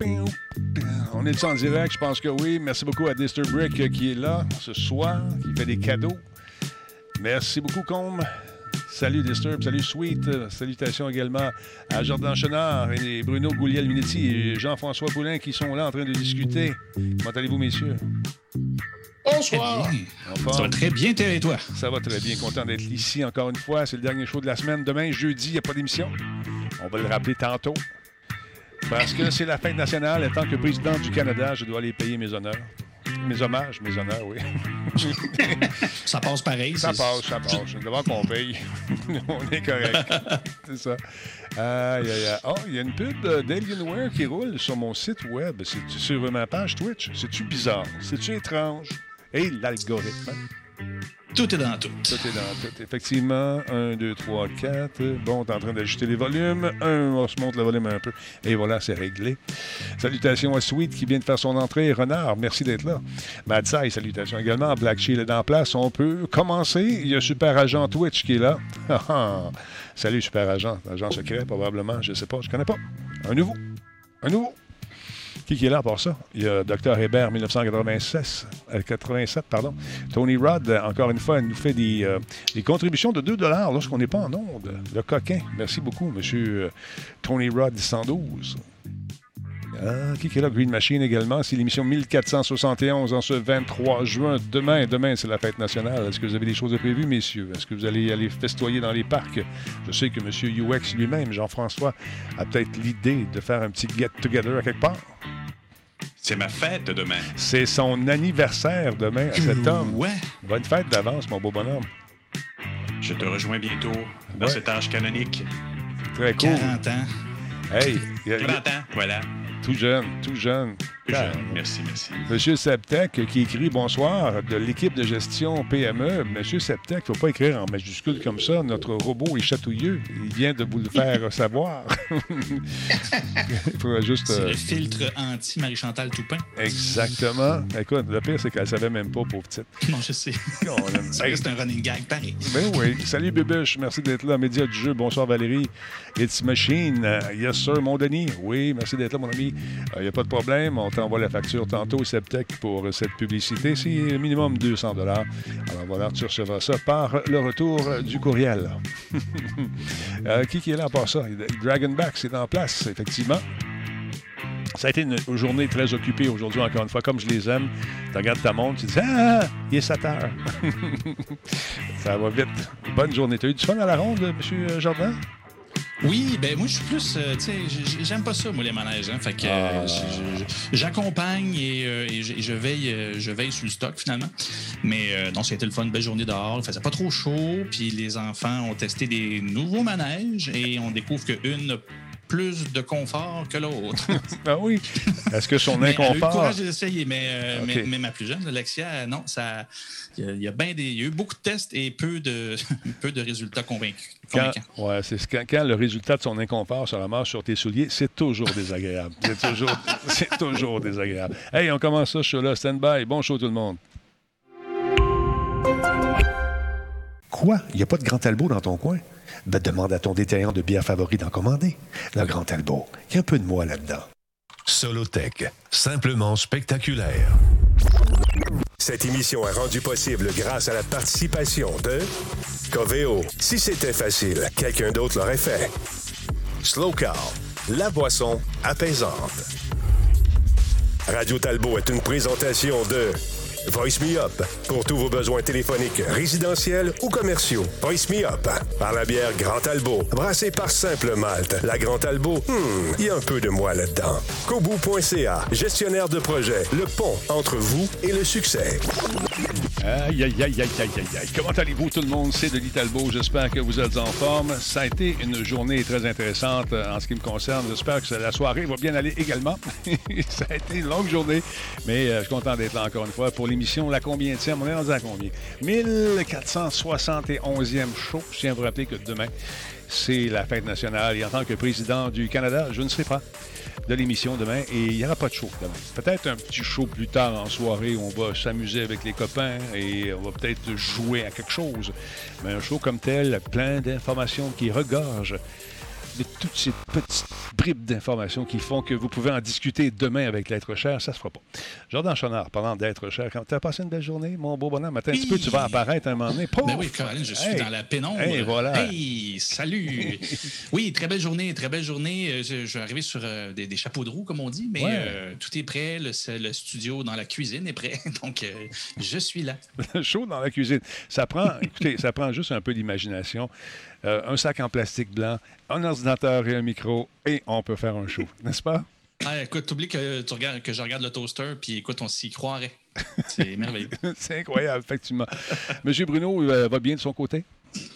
On est en direct, je pense que oui. Merci beaucoup à Disturbrick qui est là ce soir, qui fait des cadeaux. Merci beaucoup, Combe. Salut Disturb, salut Sweet. Salutations également à Jordan Chenard et Bruno Gouliel-Minetti et Jean-François Poulin qui sont là en train de discuter. Comment allez-vous, messieurs? Bonsoir. Ça va très bien, et toi? Ça va très bien. Content d'être ici encore une fois. C'est le dernier show de la semaine. Demain, jeudi, il n'y a pas d'émission. On va le rappeler tantôt. Parce que c'est la fête nationale. En tant que président du Canada, je dois aller payer mes honneurs. Mes hommages, mes honneurs, oui. Ça passe pareil. Ça passe. Devant qu'on paye. On est correct. C'est ça. Oh, il y a une pub d'Alienware qui roule sur mon site web. C'est sur ma page Twitch. C'est-tu bizarre? C'est-tu étrange? Et l'algorithme. Tout est dans tout. Tout est dans tout. Effectivement, 1, 2, 3, 4. Bon, t'es en train d'ajuster les volumes. On se monte le volume un peu. Et voilà, c'est réglé. Salutations à Sweet qui vient de faire son entrée. Renard, merci d'être là. Madsai, salutations également. Black Shield est en place. On peut commencer. Il y a Super Agent Twitch qui est là. Salut, Super Agent. Agent secret, probablement. Je sais pas. Je connais pas. Un nouveau. Qui est là pour ça? Il y a Dr. Hébert, 1987. Tony Rod, encore une fois, nous fait des contributions de 2 $ lorsqu'on n'est pas en onde. Le coquin. Merci beaucoup, M. Tony Rod, 112. Qui est là? Green Machine également. C'est l'émission 1471 en ce 23 juin. Demain, c'est la fête nationale. Est-ce que vous avez des choses de prévues, messieurs? Est-ce que vous allez aller festoyer dans les parcs? Je sais que M. UX lui-même, Jean-François, a peut-être l'idée de faire un petit get-together à quelque part. C'est ma fête demain. C'est son anniversaire demain à cet homme. Ouais. Bonne fête d'avance, mon beau bonhomme. Je te rejoins bientôt dans cet âge canonique. Très cool. 40 ans. Hey, 40 ans, voilà. Tout jeune. Merci. Monsieur Septec qui écrit « Bonsoir » de l'équipe de gestion PME. Monsieur Septec, il ne faut pas écrire en majuscule comme ça. Notre robot est chatouilleux. Il vient de vous le faire savoir. Il faudrait juste... C'est le filtre anti-Marie-Chantal Toupin. Exactement. Écoute, le pire, c'est qu'elle ne savait même pas, pauvre petite. Non, je sais. Ça reste un running gag, pareil. Ben oui. Salut, Bébuche. Merci d'être là. Média du jeu. Bonsoir, Valérie. It's Machine. Yes, sir, mon Denis. Oui, merci d'être là, mon ami. Il n'y a pas de problème. On t'envoie la facture tantôt, Septec, pour cette publicité. C'est minimum 200 $. Alors voilà, tu recevras ça par le retour du courriel. Qui est là pour ça? Dragonback, c'est en place, effectivement. Ça a été une journée très occupée aujourd'hui, encore une fois, comme je les aime. Tu regardes ta montre, tu dis « Ah, il est 7 heures. » Ça va vite. Bonne journée. Tu as eu du fun à la ronde, M. Jordan? Oui, ben moi, je suis plus... tu sais, j'aime pas ça, moi, les manèges. Hein, fait que j'accompagne et je veille sur le stock, finalement. Mais non, ça a été le fun, une belle journée dehors. Il faisait pas trop chaud, puis les enfants ont testé des nouveaux manèges et on découvre qu'une a plus de confort que l'autre. Ah oui. Est-ce que son inconfort... Elle a eu le courage d'essayer, mais ma plus jeune, Alexia, non, ça... Il y a eu beaucoup de tests et peu de résultats convaincants. Quand le résultat de son inconfort se ramasse sur tes souliers, c'est toujours désagréable. C'est toujours désagréable. Hey, on commence ça, ce show-là. Stand by. Bon show, tout le monde. Quoi? Il n'y a pas de Grand Talbot dans ton coin? Ben, demande à ton détaillant de bière favori d'en commander. Le Grand Talbot. Il y a un peu de moi là-dedans. Solotech, simplement spectaculaire. Cette émission est rendue possible grâce à la participation de Coveo. Si c'était facile, quelqu'un d'autre l'aurait fait. Slow Car, la boisson apaisante. Radio Talbot est une présentation de Voice Me Up. Pour tous vos besoins téléphoniques, résidentiels ou commerciaux. Voice Me Up. Par la bière Grand Talbot. Brassée par Simple Malte. La Grand Talbot, il y a un peu de moi là-dedans. Kobu.ca. Gestionnaire de projet. Le pont entre vous et le succès. Aïe. Comment allez-vous tout le monde? C'est Denis Talbot. J'espère que vous êtes en forme. Ça a été une journée très intéressante en ce qui me concerne. J'espère que la soirée va bien aller également. Ça a été une longue journée, mais je suis content d'être là encore une fois pour l'émission. La combienième? On est rendu à combien? 1471e show. Je tiens à vous rappeler que demain, c'est la fête nationale. Et en tant que président du Canada, je ne serai pas de l'émission demain et il n'y aura pas de show demain. Peut-être un petit show plus tard en soirée où on va s'amuser avec les copains et on va peut-être jouer à quelque chose. Mais un show comme tel, plein d'informations qui regorgent de toutes ces petites bribes d'informations qui font que vous pouvez en discuter demain avec l'être cher, ça se fera pas. Jordan Chouinard, parlant d'être cher, quand tu as passé une belle journée, mon beau bonhomme, attends un petit peu, tu vas apparaître un moment donné. Pouf! Ben oui, Caroline, je suis dans la pénombre. Hey, voilà. Hey, salut! Oui, très belle journée, très belle journée. Je suis arrivé sur des chapeaux de roue, comme on dit, mais tout est prêt. Le studio dans la cuisine est prêt. Donc, je suis là. Chaud dans la cuisine. Écoutez, ça prend juste un peu d'imagination. Un sac en plastique blanc, un ordinateur et un micro, et on peut faire un show, n'est-ce pas? Ah, écoute, t'oublies que je regarde le toaster, puis écoute, on s'y croirait. C'est merveilleux. C'est incroyable, effectivement. Monsieur Bruno va bien de son côté?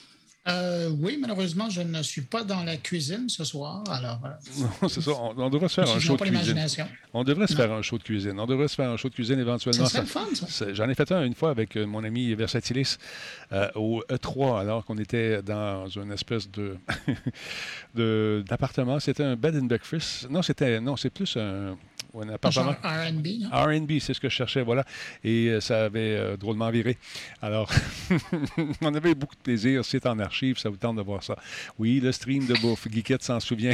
Oui, malheureusement, je ne suis pas dans la cuisine ce soir. Alors, non, c'est ça. On devrait se faire un show de cuisine. On devrait se faire un show de cuisine. On devrait se faire un show de cuisine éventuellement. Ça serait le fun, ça. J'en ai fait une fois avec mon ami Versatilis au E3, alors qu'on était dans une espèce d'appartement. C'était un bed and breakfast. Non, c'est plus un appartement. R&B, non? R&B, c'est ce que je cherchais, voilà. Et ça avait drôlement viré. Alors, on avait beaucoup de plaisir. C'est en archive, ça vous tente de voir ça. Oui, le stream de bouffe. Guiquette s'en souvient.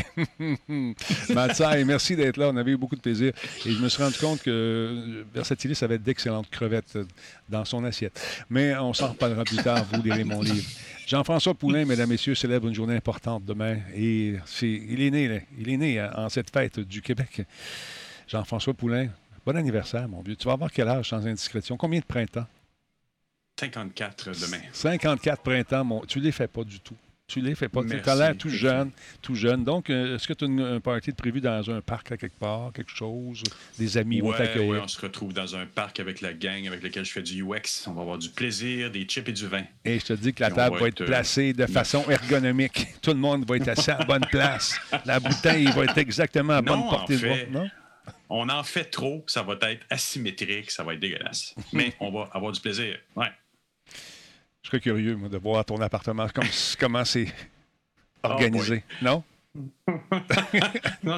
Matsai, merci d'être là. On avait eu beaucoup de plaisir. Et je me suis rendu compte que Versatilis avait d'excellentes crevettes dans son assiette. Mais on s'en reparlera plus tard. Vous lirez mon livre. Jean-François Poulain, mesdames, messieurs, célèbre une journée importante demain. Et il est né en cette fête du Québec. Jean-François Poulain, bon anniversaire, mon vieux. Tu vas avoir quel âge sans indiscrétion? Combien de printemps? 54 demain. 54 printemps, tu ne les fais pas du tout. Tu les fais pas. Tu as l'air tout jeune. Donc, est-ce que tu as un party de prévu dans un parc à quelque part, quelque chose? Des amis vont t'accueillir? Oui, on se retrouve dans un parc avec la gang avec laquelle je fais du UX. On va avoir du plaisir, des chips et du vin. Et je te dis que la table va être placée de façon ergonomique. Tout le monde va être assis à la bonne place. La bouteille va être exactement à bonne portée de bras. Non? On en fait trop, ça va être asymétrique, ça va être dégueulasse. Mais on va avoir du plaisir. Ouais. Je serais curieux, moi, de voir ton appartement, comment c'est organisé. Non? Non,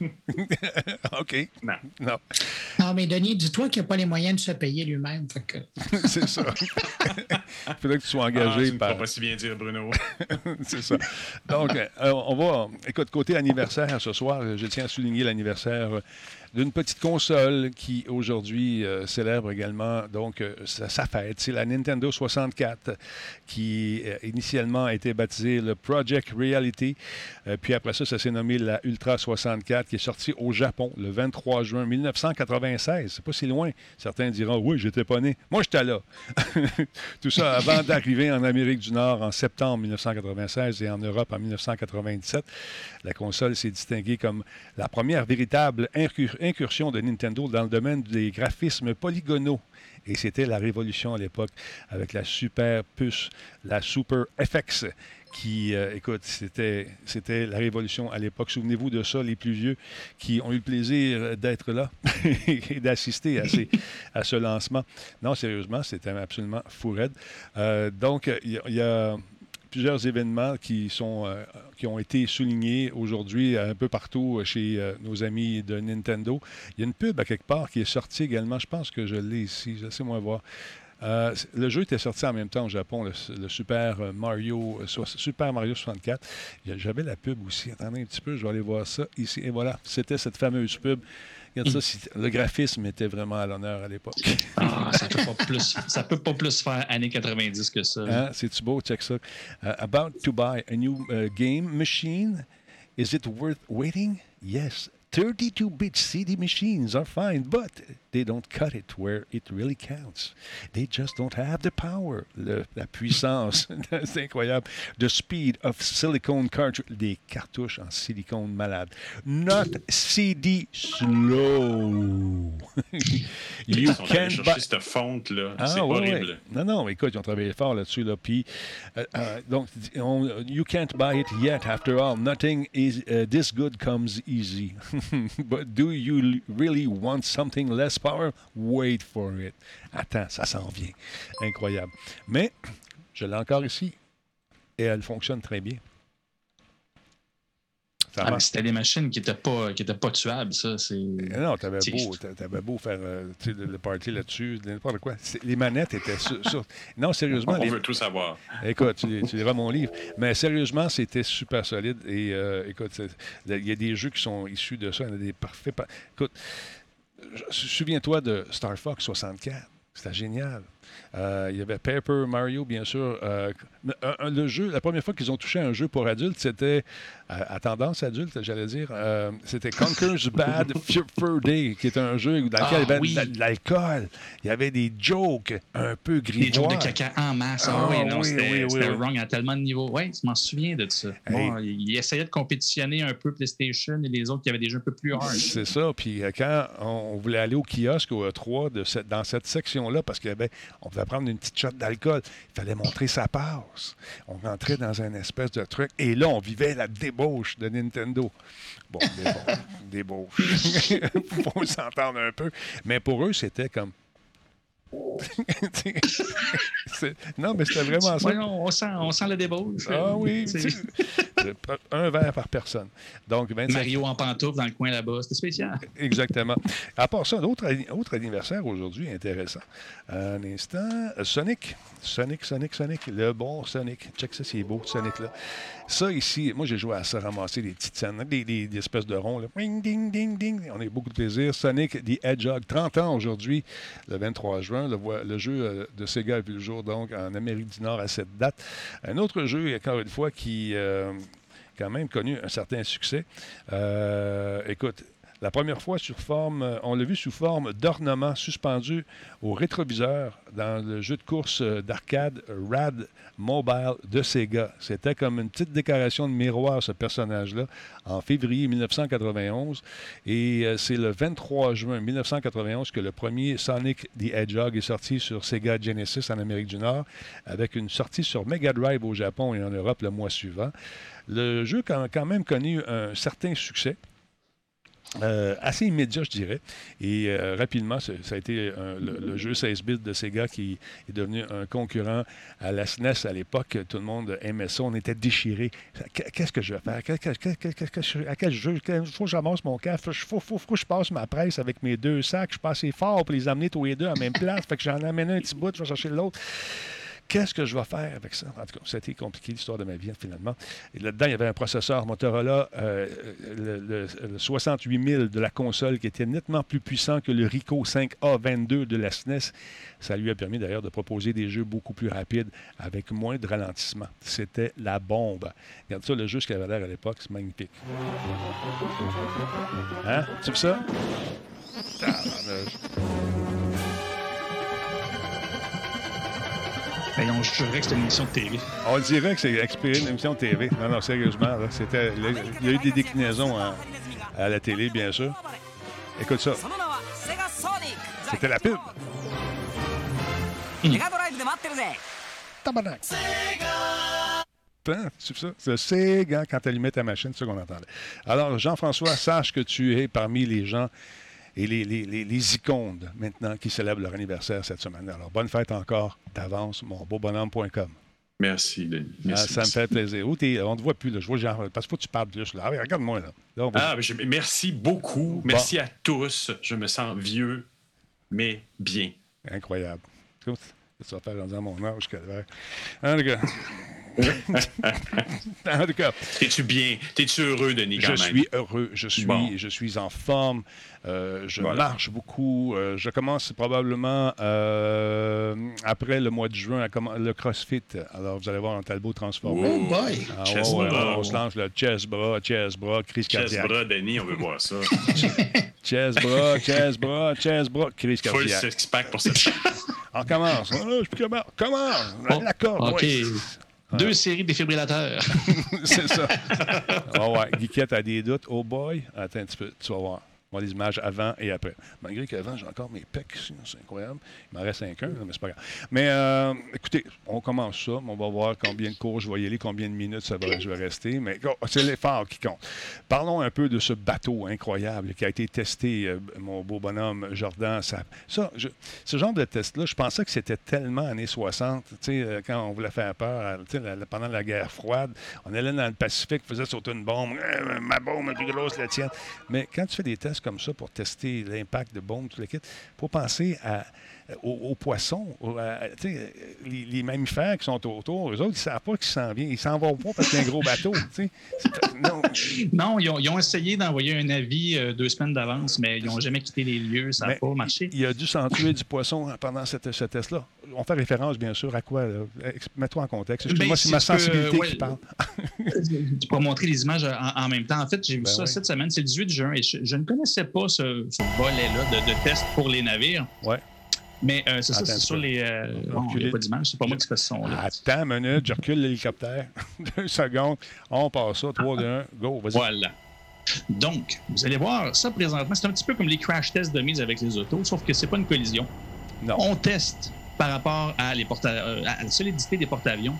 OK. Non. Non, mais Denis, dis-toi qu'il n'a pas les moyens de se payer lui-même. Fait que... C'est ça. Il faudrait que tu sois engagé tu ne peux pas si bien dire, Bruno. C'est ça. Donc, on va... Écoute, côté anniversaire, ce soir, je tiens à souligner l'anniversaire d'une petite console qui, aujourd'hui, célèbre également donc sa fête. C'est la Nintendo 64 qui, initialement, a été baptisée le Project Reality. Puis après ça s'est nommé la Ultra 64 qui est sortie au Japon le 23 juin 1996. C'est pas si loin. Certains diront, oui, j'étais pas né. Moi, j'étais là. Tout ça avant d'arriver en Amérique du Nord en septembre 1996 et en Europe en 1997. La console s'est distinguée comme la première véritable incursion de Nintendo dans le domaine des graphismes polygonaux. Et c'était la révolution à l'époque avec la super puce, la Super FX, qui, écoute, c'était la révolution à l'époque. Souvenez-vous de ça, les plus vieux qui ont eu le plaisir d'être là et d'assister à ce lancement. Non, sérieusement, c'était absolument fou raide. Donc, il y a plusieurs événements qui ont été soulignés aujourd'hui un peu partout chez nos amis de Nintendo. Il y a une pub à quelque part qui est sortie également. Je pense que je l'ai ici. Laissez-moi voir. Le jeu était sorti en même temps au Japon, le Super Mario 64. J'avais la pub aussi. Attendez un petit peu, je vais aller voir ça ici. Et voilà, c'était cette fameuse pub. Regarde ça, le graphisme était vraiment à l'honneur à l'époque. Ça peut pas plus faire années 90 que ça. Hein? C'est-tu beau? Check ça. About to buy a new game machine. Is it worth waiting? Yes. 32-bit CD machines are fine, but they don't cut it where it really counts. They just don't have the power, la puissance, c'est incroyable. The speed of silicone cartridge, des cartouches en silicone malade. Not CD slow. You can't chercher cette fonte-là, c'est horrible. Ouais. Non, écoute, ils ont travaillé fort là-dessus. Là. Puis, donc, you can't buy it yet. After all, nothing is this good comes easy. But do you really want something less power? Wait for it. Attends, ça s'en vient. Incroyable. Mais, je l'ai encore ici et elle fonctionne très bien. C'était des machines qui n'étaient pas tuables, ça. Non, t'avais beau faire le party là-dessus, n'importe quoi. Les manettes étaient sur... Non, sérieusement... On veut tout savoir. Écoute, tu liras mon livre. Mais sérieusement, c'était super solide. Et écoute, il y a des jeux qui sont issus de ça. Il y en a des parfaits... Écoute, souviens-toi de Star Fox 64. C'était génial. Il y avait Paper Mario, bien sûr. Le jeu, la première fois qu'ils ont touché un jeu pour adultes, c'était à tendance adulte, j'allais dire. C'était Conker's Bad Fur Day, qui est un jeu dans lequel il y avait de l'alcool. Il y avait des jokes un peu grivois. Des jokes de caca en masse. C'était wrong à tellement de niveaux. Oui, je m'en souviens de ça. Bon, il essayait de compétitionner un peu PlayStation et les autres qui avaient des jeux un peu plus hard. C'est ça. Puis quand on voulait aller au kiosque, au E3, dans cette section-là, parce qu'on pouvait prendre une petite shot d'alcool, il fallait montrer sa passe. On rentrait dans un espèce de truc. Et là, on vivait la débauche de Nintendo. Bon, débauche. Faut s'entendre un peu. Mais pour eux, c'était comme... Non, mais c'était vraiment ça. Ouais, on sent la débauche. Ah oui. Un verre par personne. Donc, 25... Mario en pantoufle dans le coin là-bas. C'était spécial. Exactement. À part ça, autre anniversaire aujourd'hui intéressant. Un instant. Sonic. Le bon Sonic. Check ça, c'est beau, Sonic-là. Ça, ici, moi, j'ai joué à ça, ramasser des petites scènes, des espèces de ronds. Là. Ding, ding, ding, ding. On a eu beaucoup de plaisir. Sonic the Hedgehog, 30 ans aujourd'hui, le 23 juin. Le jeu de Sega a vu le jour, donc, en Amérique du Nord à cette date. Un autre jeu, encore une fois, qui quand même connu un certain succès. Écoute, la première fois on l'a vu sous forme d'ornement suspendu au rétroviseur dans le jeu de course d'arcade Rad Mobile de Sega. C'était comme une petite décoration de miroir, ce personnage-là, en février 1991. Et c'est le 23 juin 1991 que le premier Sonic the Hedgehog est sorti sur Sega Genesis en Amérique du Nord, avec une sortie sur Mega Drive au Japon et en Europe le mois suivant. Le jeu a quand même connu un certain succès. Assez immédiat, je dirais. Et rapidement, ça a été le jeu 16 bits de Sega qui est devenu un concurrent à la SNES à l'époque. Tout le monde aimait ça. On était déchirés. Qu'est-ce que je vais faire? À quel jeu? Il faut que j'amasse mon cas. Il faut que je passe ma presse avec mes deux sacs. Je suis pas assez fort pour les amener tous les deux à la même place. Fait que j'en amène un petit bout, je vais chercher l'autre. Qu'est-ce que je vais faire avec ça? En tout cas, c'était compliqué, l'histoire de ma vie, finalement. Et là-dedans, il y avait un processeur Motorola, le 68000 de la console, qui était nettement plus puissant que le Ricoh 5A22 de la SNES. Ça lui a permis, d'ailleurs, de proposer des jeux beaucoup plus rapides, avec moins de ralentissement. C'était la bombe. Regarde ça, le jeu, ce qu'il avait l'air à l'époque, c'est magnifique. Hein? Tu veux ça? Je dirais que c'était une émission de TV. On dirait que c'est inspiré d'une émission de TV. Non, sérieusement. Là, il y a eu des déclinaisons à la télé, bien sûr. Écoute ça. C'était la pub. Tabarnak. C'est ça? C'est Sega quand tu allumais ta machine, c'est ce qu'on entendait. Alors, Jean-François, sache que tu es parmi les gens et les icônes maintenant qui célèbrent leur anniversaire cette semaine. Alors, bonne fête encore d'avance, monbeaubonhomme.com. Merci, Denis. Merci. Ça me fait plaisir. On ne te voit plus, là. Je vois genre, parce qu'il faut que tu parles plus. Là. Regarde-moi, là. Merci beaucoup. Merci à tous. Je me sens vieux, mais bien. Incroyable. Ça va faire dans mon âge, calvaire. En tout cas... En tout cas, es-tu bien? Es-tu heureux, Denis, quand même? Je suis heureux. Je suis en forme. Je marche beaucoup. Je commence probablement après le mois de juin le CrossFit. Alors, vous allez voir un Talbot transformé. Oh boy! On se lance le chest bras, crise cardiaque. Chest bras, Denis, on veut voir ça. chest bras, crise cardiaque. Full six-pack pour ça. On commence. Commence. La corde. OK. Ouais. 2 séries de défibrillateurs. C'est ça. Ouais. Guiquette a des doutes. Oh boy. Attends un petit peu. Tu vas voir. voir les images avant et après. Malgré qu'avant, j'ai encore mes pecs ici, c'est incroyable. Il m'en reste 5 mais c'est pas grave. Mais écoutez, on commence ça, on va voir combien de cours je vais y aller, combien de minutes je vais rester, mais c'est l'effort qui compte. Parlons un peu de ce bateau incroyable qui a été testé, mon beau bonhomme Jordan. Ce genre de test-là, je pensais que c'était tellement années 60, quand on voulait faire peur, pendant la guerre froide, on allait dans le Pacifique, faisait sauter une bombe, ma bombe est plus grosse que la tienne. Mais quand tu fais des tests comme ça pour tester l'impact de bombes, tout le kit, il faut penser aux poissons, les mammifères qui sont autour. Eux autres, ils ne savent pas qu'ils s'en viennent. Ils s'en vont pas parce qu'il y a un gros bateau. Non, ils ont essayé d'envoyer un avis 2 semaines d'avance, mais ils n'ont jamais quitté les lieux. Ça n'a pas marché. Il a dû s'en tuer du poisson pendant ce test-là. On fait référence, bien sûr, à quoi? Mets-toi en contexte. Excuse-moi, c'est ma sensibilité qui parle. Tu pourras montrer les images en même temps. En fait, j'ai vu ça cette semaine. C'est le 18 juin et je ne connaissais pas ce volet-là de test pour les navires. Oui. Mais c'est ça, c'est sur les... il n'y a pas d'image, c'est pas moi qui fais ce son-là. Attends une minute, je recule l'hélicoptère. 2 secondes, on passe ça, 3, 2, 1, go, vas-y. Voilà. Donc, vous allez voir, ça présentement, c'est un petit peu comme les crash tests de mise avec les autos, sauf que c'est pas une collision. Non. On teste par rapport à la solidité des porte-avions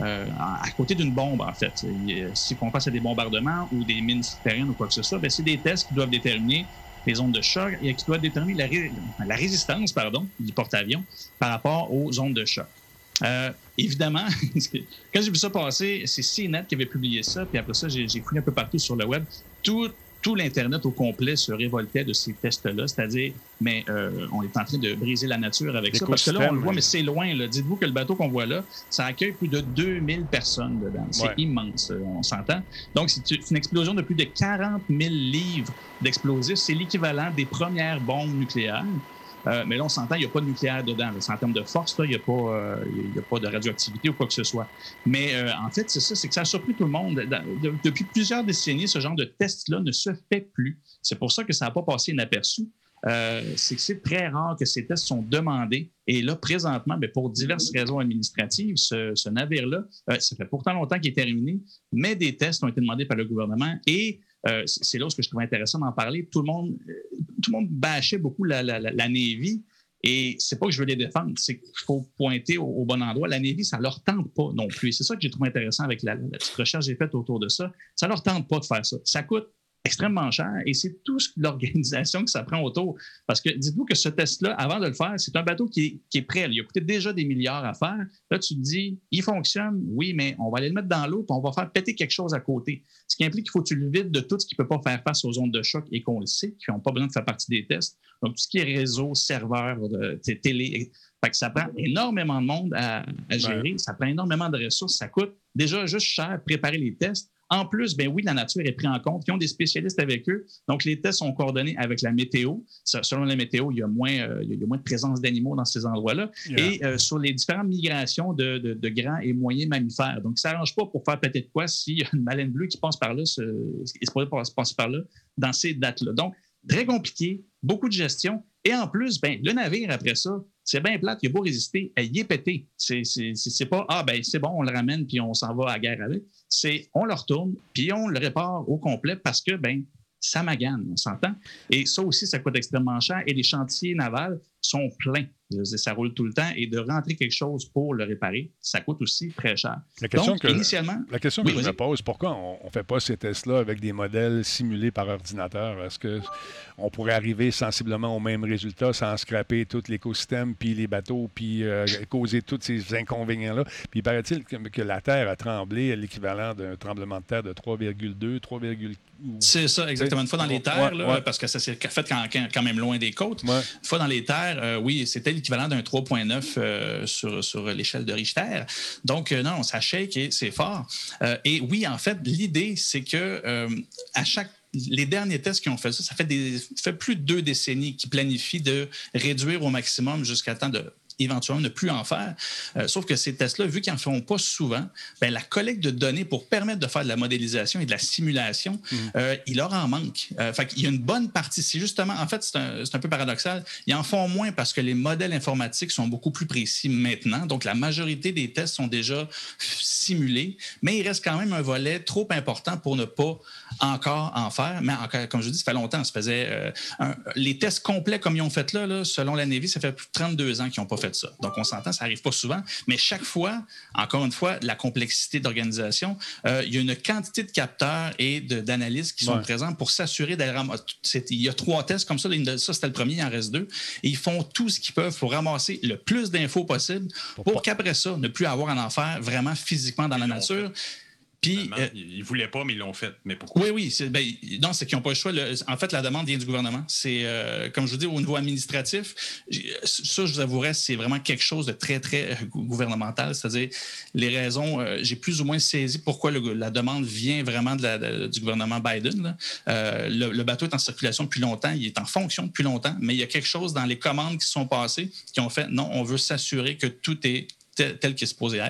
à côté d'une bombe, en fait. Si on passe à des bombardements ou des mines souterraines ou quoi que ce soit, c'est des tests qui doivent déterminer les ondes de choc et qui doivent déterminer la résistance du porte-avions par rapport aux ondes de choc. Évidemment, quand j'ai vu ça passer, c'est CNET qui avait publié ça, puis après ça, j'ai fouillé un peu partout sur le web. Tout l'Internet au complet se révoltait de ces tests-là, c'est-à-dire, mais on est en train de briser la nature avec ça, parce que là, on le voit, mais c'est loin. Là. Dites-vous que le bateau qu'on voit là, ça accueille plus de 2000 personnes dedans. C'est immense, on s'entend. Donc, c'est une explosion de plus de 40 000 livres d'explosifs. C'est l'équivalent des premières bombes nucléaires. Mais là, on s'entend, il n'y a pas de nucléaire dedans. C'est en termes de force, il n'y a pas de radioactivité ou quoi que ce soit. Mais en fait, c'est ça, c'est que ça a surpris tout le monde. Depuis plusieurs décennies, ce genre de test-là ne se fait plus. C'est pour ça que ça n'a pas passé inaperçu. C'est que c'est très rare que ces tests sont demandés. Et là, présentement, pour diverses raisons administratives, ce navire-là, ça fait pourtant longtemps qu'il est terminé, mais des tests ont été demandés par le gouvernement et c'est là où je trouvais intéressant d'en parler. Tout le monde bâchait beaucoup la Navy et c'est pas que je veux les défendre, c'est qu'il faut pointer au bon endroit. La Navy, ça leur tente pas non plus. Et c'est ça que j'ai trouvé intéressant avec la petite recherche que j'ai faite autour de ça. Ça leur tente pas de faire ça. Ça coûte extrêmement cher et c'est tout l'organisation que ça prend autour. Parce que dites-vous que ce test-là, avant de le faire, c'est un bateau qui est prêt. Il a coûté déjà des milliards à faire. Là, tu te dis, il fonctionne, oui, mais on va aller le mettre dans l'eau et on va faire péter quelque chose à côté. Ce qui implique qu'il faut que tu le vides de tout ce qui ne peut pas faire face aux ondes de choc et qu'on le sait, qui n'ont pas besoin de faire partie des tests. Donc, tout ce qui est réseau, serveur, télé, fait que ça prend énormément de monde à gérer, ça prend énormément de ressources, ça coûte déjà juste cher préparer les tests. En plus, la nature est prise en compte. Ils ont des spécialistes avec eux. Donc, les tests sont coordonnés avec la météo. Selon la météo, il y a moins de présence d'animaux dans ces endroits-là. Yeah. Et sur les différentes migrations de grands et moyens mammifères. Donc, ça ne s'arrange pas pour faire peut-être quoi s'il y a une baleine bleue qui passe par là, qui se pourrait passer par là dans ces dates-là. Donc, très compliqué, beaucoup de gestion. Et en plus, le navire, après ça, c'est bien plate, il a beau résister, il est pété. C'est pas, c'est bon, on le ramène puis on s'en va à la guerre avec. C'est, on le retourne puis on le répare au complet parce que, ça magane, on s'entend. Et ça aussi, ça coûte extrêmement cher. Et les chantiers navals sont pleins. Ça roule tout le temps. Et de rentrer quelque chose pour le réparer, ça coûte aussi très cher. La question que je me pose, pourquoi on ne fait pas ces tests-là avec des modèles simulés par ordinateur? Est-ce qu'on pourrait arriver sensiblement au même résultat sans scraper tout l'écosystème, puis les bateaux, puis causer tous ces inconvénients-là? Puis paraît-il que la Terre a tremblé à l'équivalent d'un tremblement de terre de 3,2, 3,4. C'est ça, exactement. Une fois dans les terres, parce que ça s'est fait quand même loin des côtes. Une fois dans les terres, c'était l'équivalent d'un 3,9 sur l'échelle de Richter. Donc, non, ça shake et c'est fort. Et oui, en fait, l'idée, c'est que les derniers tests qui ont fait ça fait plus de 2 décennies qu'ils planifient de réduire au maximum jusqu'à temps de éventuellement ne plus en faire. Sauf que ces tests-là, vu qu'ils n'en font pas souvent, bien, la collecte de données pour permettre de faire de la modélisation et de la simulation, il leur en manque. Fait qu'il y a une bonne partie. C'est justement, en fait, c'est un peu paradoxal. Ils en font moins parce que les modèles informatiques sont beaucoup plus précis maintenant. Donc, la majorité des tests sont déjà simulés, mais il reste quand même un volet trop important pour ne pas encore en faire. Mais encore, comme je dis, ça fait longtemps. Ça faisait les tests complets comme ils ont fait là, selon la Navy, ça fait plus de 32 ans qu'ils n'ont pas fait ça. Donc, on s'entend, ça n'arrive pas souvent. Mais chaque fois, encore une fois, la complexité d'organisation, il y a une quantité de capteurs et d'analystes qui sont présents pour s'assurer d'aller ramasser. Il y a 3 tests comme ça. Ça, c'était le premier, il en reste 2. Et ils font tout ce qu'ils peuvent pour ramasser le plus d'infos possible pour qu'après ça, ne plus avoir à en faire vraiment physiquement dans la nature. Puis, ils ne voulaient pas, mais ils l'ont fait. Mais pourquoi? Oui. Non, c'est qu'ils n'ont pas le choix. En fait, la demande vient du gouvernement. C'est, comme je vous dis, au niveau administratif, ça, je vous avouerais, c'est vraiment quelque chose de très, très gouvernemental. C'est-à-dire, les raisons, j'ai plus ou moins saisi pourquoi la demande vient vraiment du gouvernement Biden. Le bateau est en circulation depuis longtemps, il est en fonction depuis longtemps, mais il y a quelque chose dans les commandes qui sont passées qui ont fait, non, on veut s'assurer que tout est tel qu'il est supposé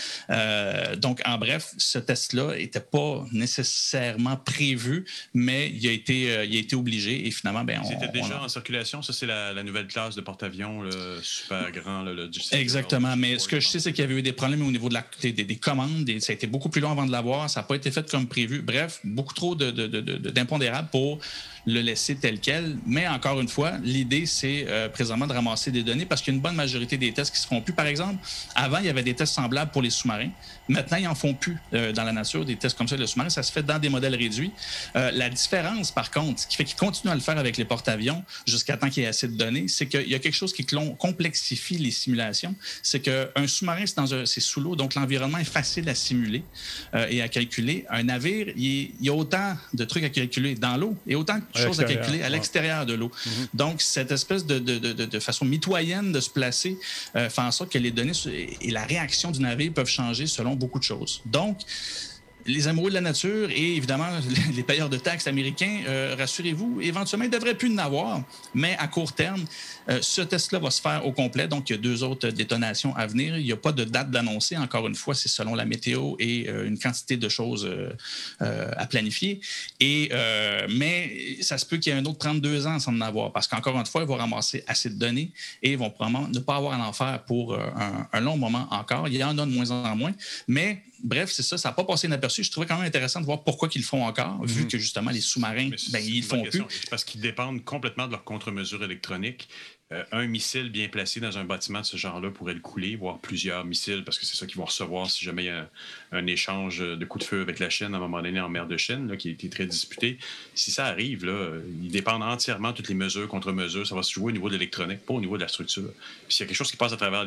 être. Donc, en bref, ce test-là n'était pas nécessairement prévu, mais il a été obligé et finalement, c'était déjà en circulation. Ça, c'est la nouvelle classe de porte-avions super grand. Du Exactement. Mais ce que je sais, c'est qu'il y avait eu des problèmes au niveau des commandes. Ça a été beaucoup plus long avant de l'avoir. Ça n'a pas été fait comme prévu. Bref, beaucoup trop d'impondérables pour le laisser tel quel. Mais encore une fois, l'idée, c'est présentement de ramasser des données parce qu'il y a une bonne majorité des tests qui se font plus. Par exemple, avant, il y avait des tests semblables pour les sous-marins. Maintenant, ils n'en font plus dans la nature, des tests comme ça, le sous-marin. Ça se fait dans des modèles réduits. La différence, par contre, ce qui fait qu'ils continuent à le faire avec les porte-avions jusqu'à temps qu'il y ait assez de données, c'est qu'il y a quelque chose qui complexifie les simulations. C'est qu'un sous-marin, c'est sous l'eau, donc l'environnement est facile à simuler et à calculer. Un navire, il y a autant de trucs à calculer dans l'eau et autant de choses à calculer à l'extérieur de l'eau. Donc, cette espèce de façon mitoyenne de se placer fait en sorte que les données et la réaction du navire peuvent changer selon beaucoup de choses. Donc, les amoureux de la nature et évidemment les payeurs de taxes américains, rassurez-vous, éventuellement, ils ne devraient plus en avoir, mais à court terme, ce test-là va se faire au complet. Donc, il y a 2 autres détonations à venir. Il n'y a pas de date d'annoncer. Encore une fois, c'est selon la météo et une quantité de choses à planifier. Mais ça se peut qu'il y ait un autre 32 ans sans en avoir parce qu'encore une fois, ils vont ramasser assez de données et ils vont probablement ne pas avoir à en faire pour un long moment encore. Il y en a de moins en moins, mais bref, c'est ça. Ça n'a pas passé inaperçu. Je trouvais quand même intéressant de voir pourquoi ils le font encore, vu que justement, les sous-marins, ils le font plus. Parce qu'ils dépendent complètement de leur contre-mesure électronique. Un missile bien placé dans un bâtiment de ce genre-là pourrait le couler, voire plusieurs missiles, parce que c'est ça qu'ils vont recevoir si jamais il y a un échange de coups de feu avec la Chine à un moment donné en mer de Chine, là, qui a été très disputé. Si ça arrive, là, ils dépendent entièrement de toutes les mesures, contre-mesures. Ça va se jouer au niveau de l'électronique, pas au niveau de la structure. Puis s'il y a quelque chose qui passe à travers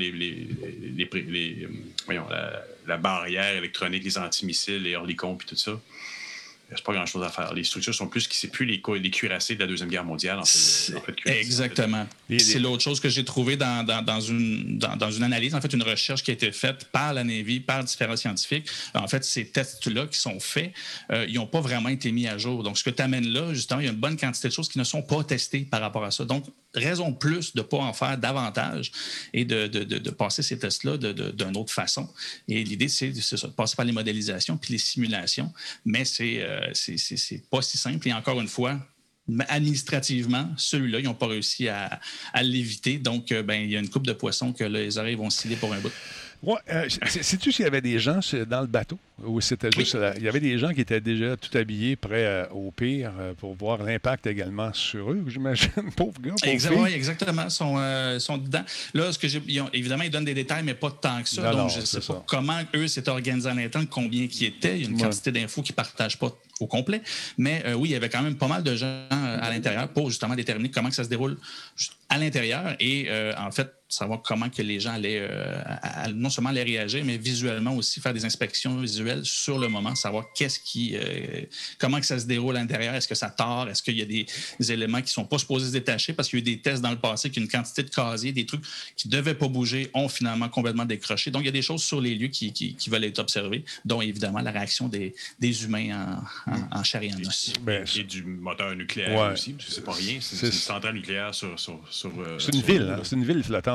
la barrière électronique, les antimissiles, les Orlicon, puis tout ça, il n'y a pas grand-chose à faire. Les structures sont plus, c'est plus les cuirassés de la Deuxième Guerre mondiale. En fait, exactement. C'est l'autre chose que j'ai trouvé dans une analyse, en fait, une recherche qui a été faite par la Navy, par différents scientifiques. En fait, ces tests-là qui sont faits, ils n'ont pas vraiment été mis à jour. Donc, ce que tu amènes là, justement, il y a une bonne quantité de choses qui ne sont pas testées par rapport à ça. Donc, raison de plus de ne pas en faire davantage et de passer ces tests-là d'une autre façon. Et l'idée, c'est ça, de passer par les modélisations puis les simulations. Mais c'est pas si simple. Et encore une fois, administrativement, celui-là, ils n'ont pas réussi à l'éviter. Donc, il y a une coupe de poissons que là, les oreilles vont sciller pour un bout. Ouais, sais-tu s'il y avait des gens dans le bateau ou c'était juste il y avait des gens qui étaient déjà tout habillés, prêts au pire pour voir l'impact également sur eux, j'imagine. Pauvres gars, Oui, exactement. Ils sont dedans. Là, évidemment, ils donnent des détails, mais pas tant que ça. Donc, je ne sais pas comment eux s'étaient organisés à l'interne, combien qui étaient. Il y a une quantité d'infos qu'ils ne partagent pas au complet. Mais oui, il y avait quand même pas mal de gens à l'intérieur pour justement déterminer comment que ça se déroule à l'intérieur et en fait, savoir comment que les gens allaient non seulement allaient réagir, mais visuellement aussi faire des inspections visuelles sur le moment, savoir comment que ça se déroule à l'intérieur. Est-ce que ça tord? Est-ce qu'il y a des éléments qui ne sont pas supposés se détacher? Parce qu'il y a eu des tests dans le passé qu'une quantité de casiers, des trucs qui ne devaient pas bouger, ont finalement complètement décroché. Donc, il y a des choses sur les lieux qui veulent être observées, dont évidemment la réaction des humains en chair et en os. Et du moteur nucléaire aussi, parce que c'est pas rien. C'est une centrale nucléaire sur c'est une ville, hein? C'est une ville flottante.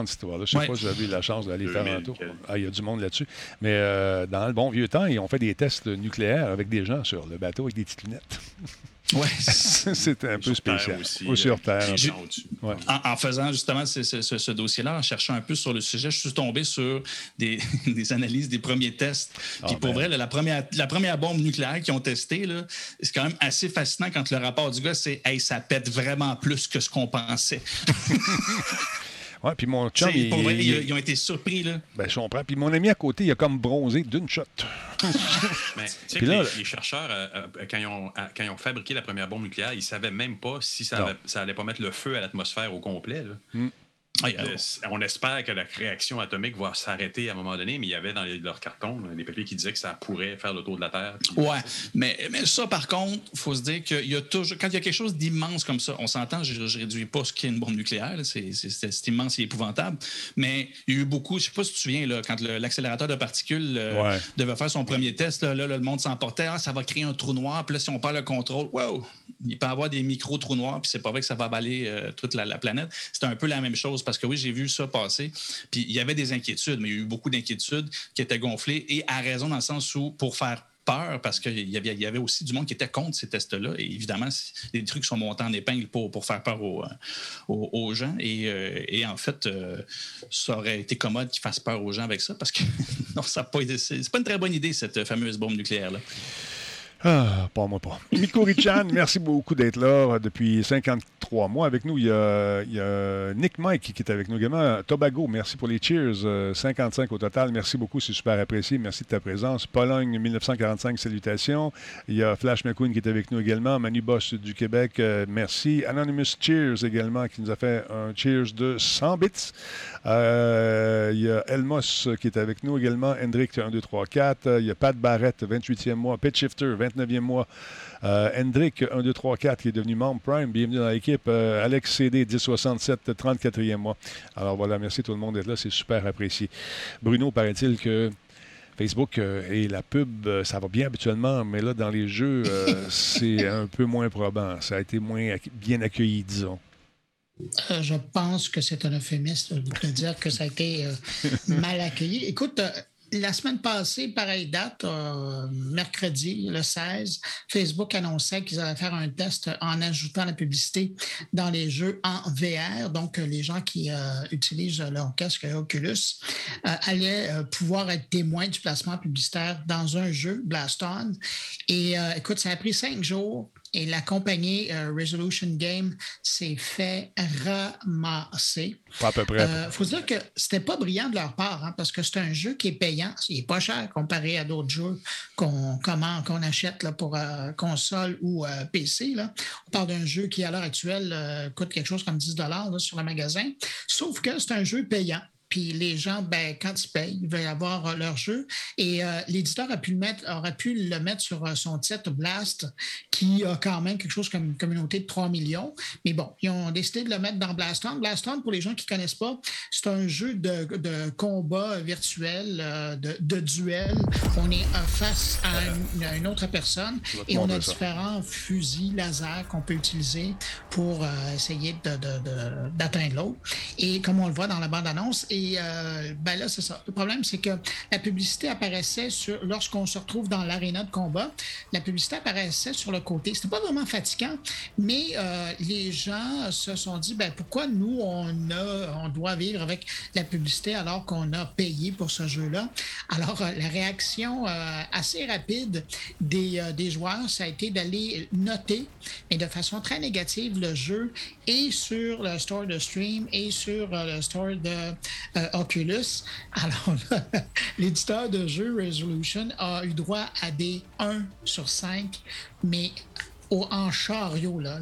intéressante, cette histoire-là. Je ne sais pas si vous avez eu la chance d'aller faire un tour. Ah, il y a du monde là-dessus. Mais dans le bon vieux temps, ils ont fait des tests nucléaires avec des gens sur le bateau avec des petites lunettes. Ouais. C'était un peu spécial. Ou sur Terre. Ouais. En faisant justement ce dossier-là, en cherchant un peu sur le sujet, je suis tombé sur des analyses des premiers tests. Puis pour vrai, là, la première bombe nucléaire qu'ils ont testée, là, c'est quand même assez fascinant quand le rapport du gars, c'est « Hey, ça pète vraiment plus que ce qu'on pensait. » Oui, puis mon chum, ils ont été surpris, là. Ben, je comprends. Puis mon ami à côté, il a comme bronzé d'une shot. Mais tu sais que les chercheurs, quand ils ont fabriqué la première bombe nucléaire, ils ne savaient même pas si ça allait pas mettre le feu à l'atmosphère au complet, là. On espère que la réaction atomique va s'arrêter à un moment donné, mais il y avait dans leur carton des papiers qui disaient que ça pourrait faire le tour de la Terre. Oui, mais ça, par contre, il faut se dire qu'il y a toujours... Quand il y a quelque chose d'immense comme ça, on s'entend, je ne réduis pas ce qu'est une bombe nucléaire, c'est immense et épouvantable, mais il y a eu beaucoup... Je ne sais pas si tu te souviens, là, quand l'accélérateur de particules devait faire son premier test, là, le monde s'emportait, ça va créer un trou noir, puis là, si on perd le contrôle, wow! Il peut y avoir des micro-trous noirs, puis c'est pas vrai que ça va avaler toute la planète. C'était un peu la même chose, parce que oui, j'ai vu ça passer, puis il y avait des inquiétudes, mais il y a eu beaucoup d'inquiétudes qui étaient gonflées, et à raison dans le sens où, pour faire peur, parce qu'il y avait aussi du monde qui était contre ces tests-là, et évidemment, les trucs sont montés en épingle pour faire peur aux gens, et en fait, ça aurait été commode qu'ils fassent peur aux gens avec ça, parce que non, c'est pas une très bonne idée, cette fameuse bombe nucléaire-là. Ah, pas moi pas. Miko Richan, merci beaucoup d'être là depuis 53 mois avec nous. Il y a Nick Mike qui est avec nous également. Tobago, merci pour les cheers. 55 au total. Merci beaucoup, c'est super apprécié. Merci de ta présence. Pologne 1945, salutations. Il y a Flash McQueen qui est avec nous également. Manu Boss du Québec, merci. Anonymous Cheers également qui nous a fait un cheers de 100 bits. Il y a Elmos qui est avec nous également. Hendrick 1, 2, 3, 4. Il y a Pat Barrett, 28e mois. Pitch Shifter, 29e mois. Hendrick 1, 2, 3, 4 qui est devenu membre Prime. Bienvenue dans l'équipe. Alex CD 1067, 34e mois. Alors voilà, merci tout le monde d'être là. C'est super apprécié. Bruno, paraît-il que Facebook et la pub, ça va bien habituellement, mais là, dans les jeux, c'est un peu moins probant. Ça a été moins bien accueilli, disons. Je pense que c'est un euphémisme de dire que ça a été mal accueilli. Écoute, la semaine passée, pareille date, mercredi, le 16, Facebook annonçait qu'ils allaient faire un test en ajoutant la publicité dans les jeux en VR. Donc, les gens qui utilisent leur casque Oculus allaient pouvoir être témoins du placement publicitaire dans un jeu, Blast On. Et écoute, ça a pris 5 jours. Et la compagnie Resolution Game s'est fait ramasser. Pas à peu près. Faut se dire que c'était pas brillant de leur part, hein, parce que c'est un jeu qui est payant. Il n'est pas cher comparé à d'autres jeux qu'on achète là, pour console ou PC. Là. On parle d'un jeu qui, à l'heure actuelle, coûte quelque chose comme 10 $ sur le magasin. Sauf que c'est un jeu payant. Puis les gens, quand ils payent, ils veulent avoir leur jeu. Et l'éditeur aurait pu le mettre sur son titre Blast, qui a quand même quelque chose comme une communauté de 3 millions. Mais bon, ils ont décidé de le mettre dans Blast On. Blast On, pour les gens qui ne connaissent pas, c'est un jeu de combat virtuel, de duel. On est face à une autre personne et on a différents fusils laser qu'on peut utiliser pour essayer d'atteindre l'autre. Et comme on le voit dans la bande-annonce, là, c'est ça. Le problème, c'est que la publicité apparaissait lorsqu'on se retrouve dans l'aréna de combat, la publicité apparaissait sur le côté. C'était pas vraiment fatigant, mais les gens se sont dit, pourquoi nous, on doit vivre avec la publicité alors qu'on a payé pour ce jeu-là? Alors, la réaction assez rapide des joueurs, ça a été d'aller noter, mais de façon très négative, le jeu et sur le store de Steam et sur le store de Oculus. Alors là, l'éditeur de jeu Resolution a eu droit à des 1 sur 5, mais en chariot. Là,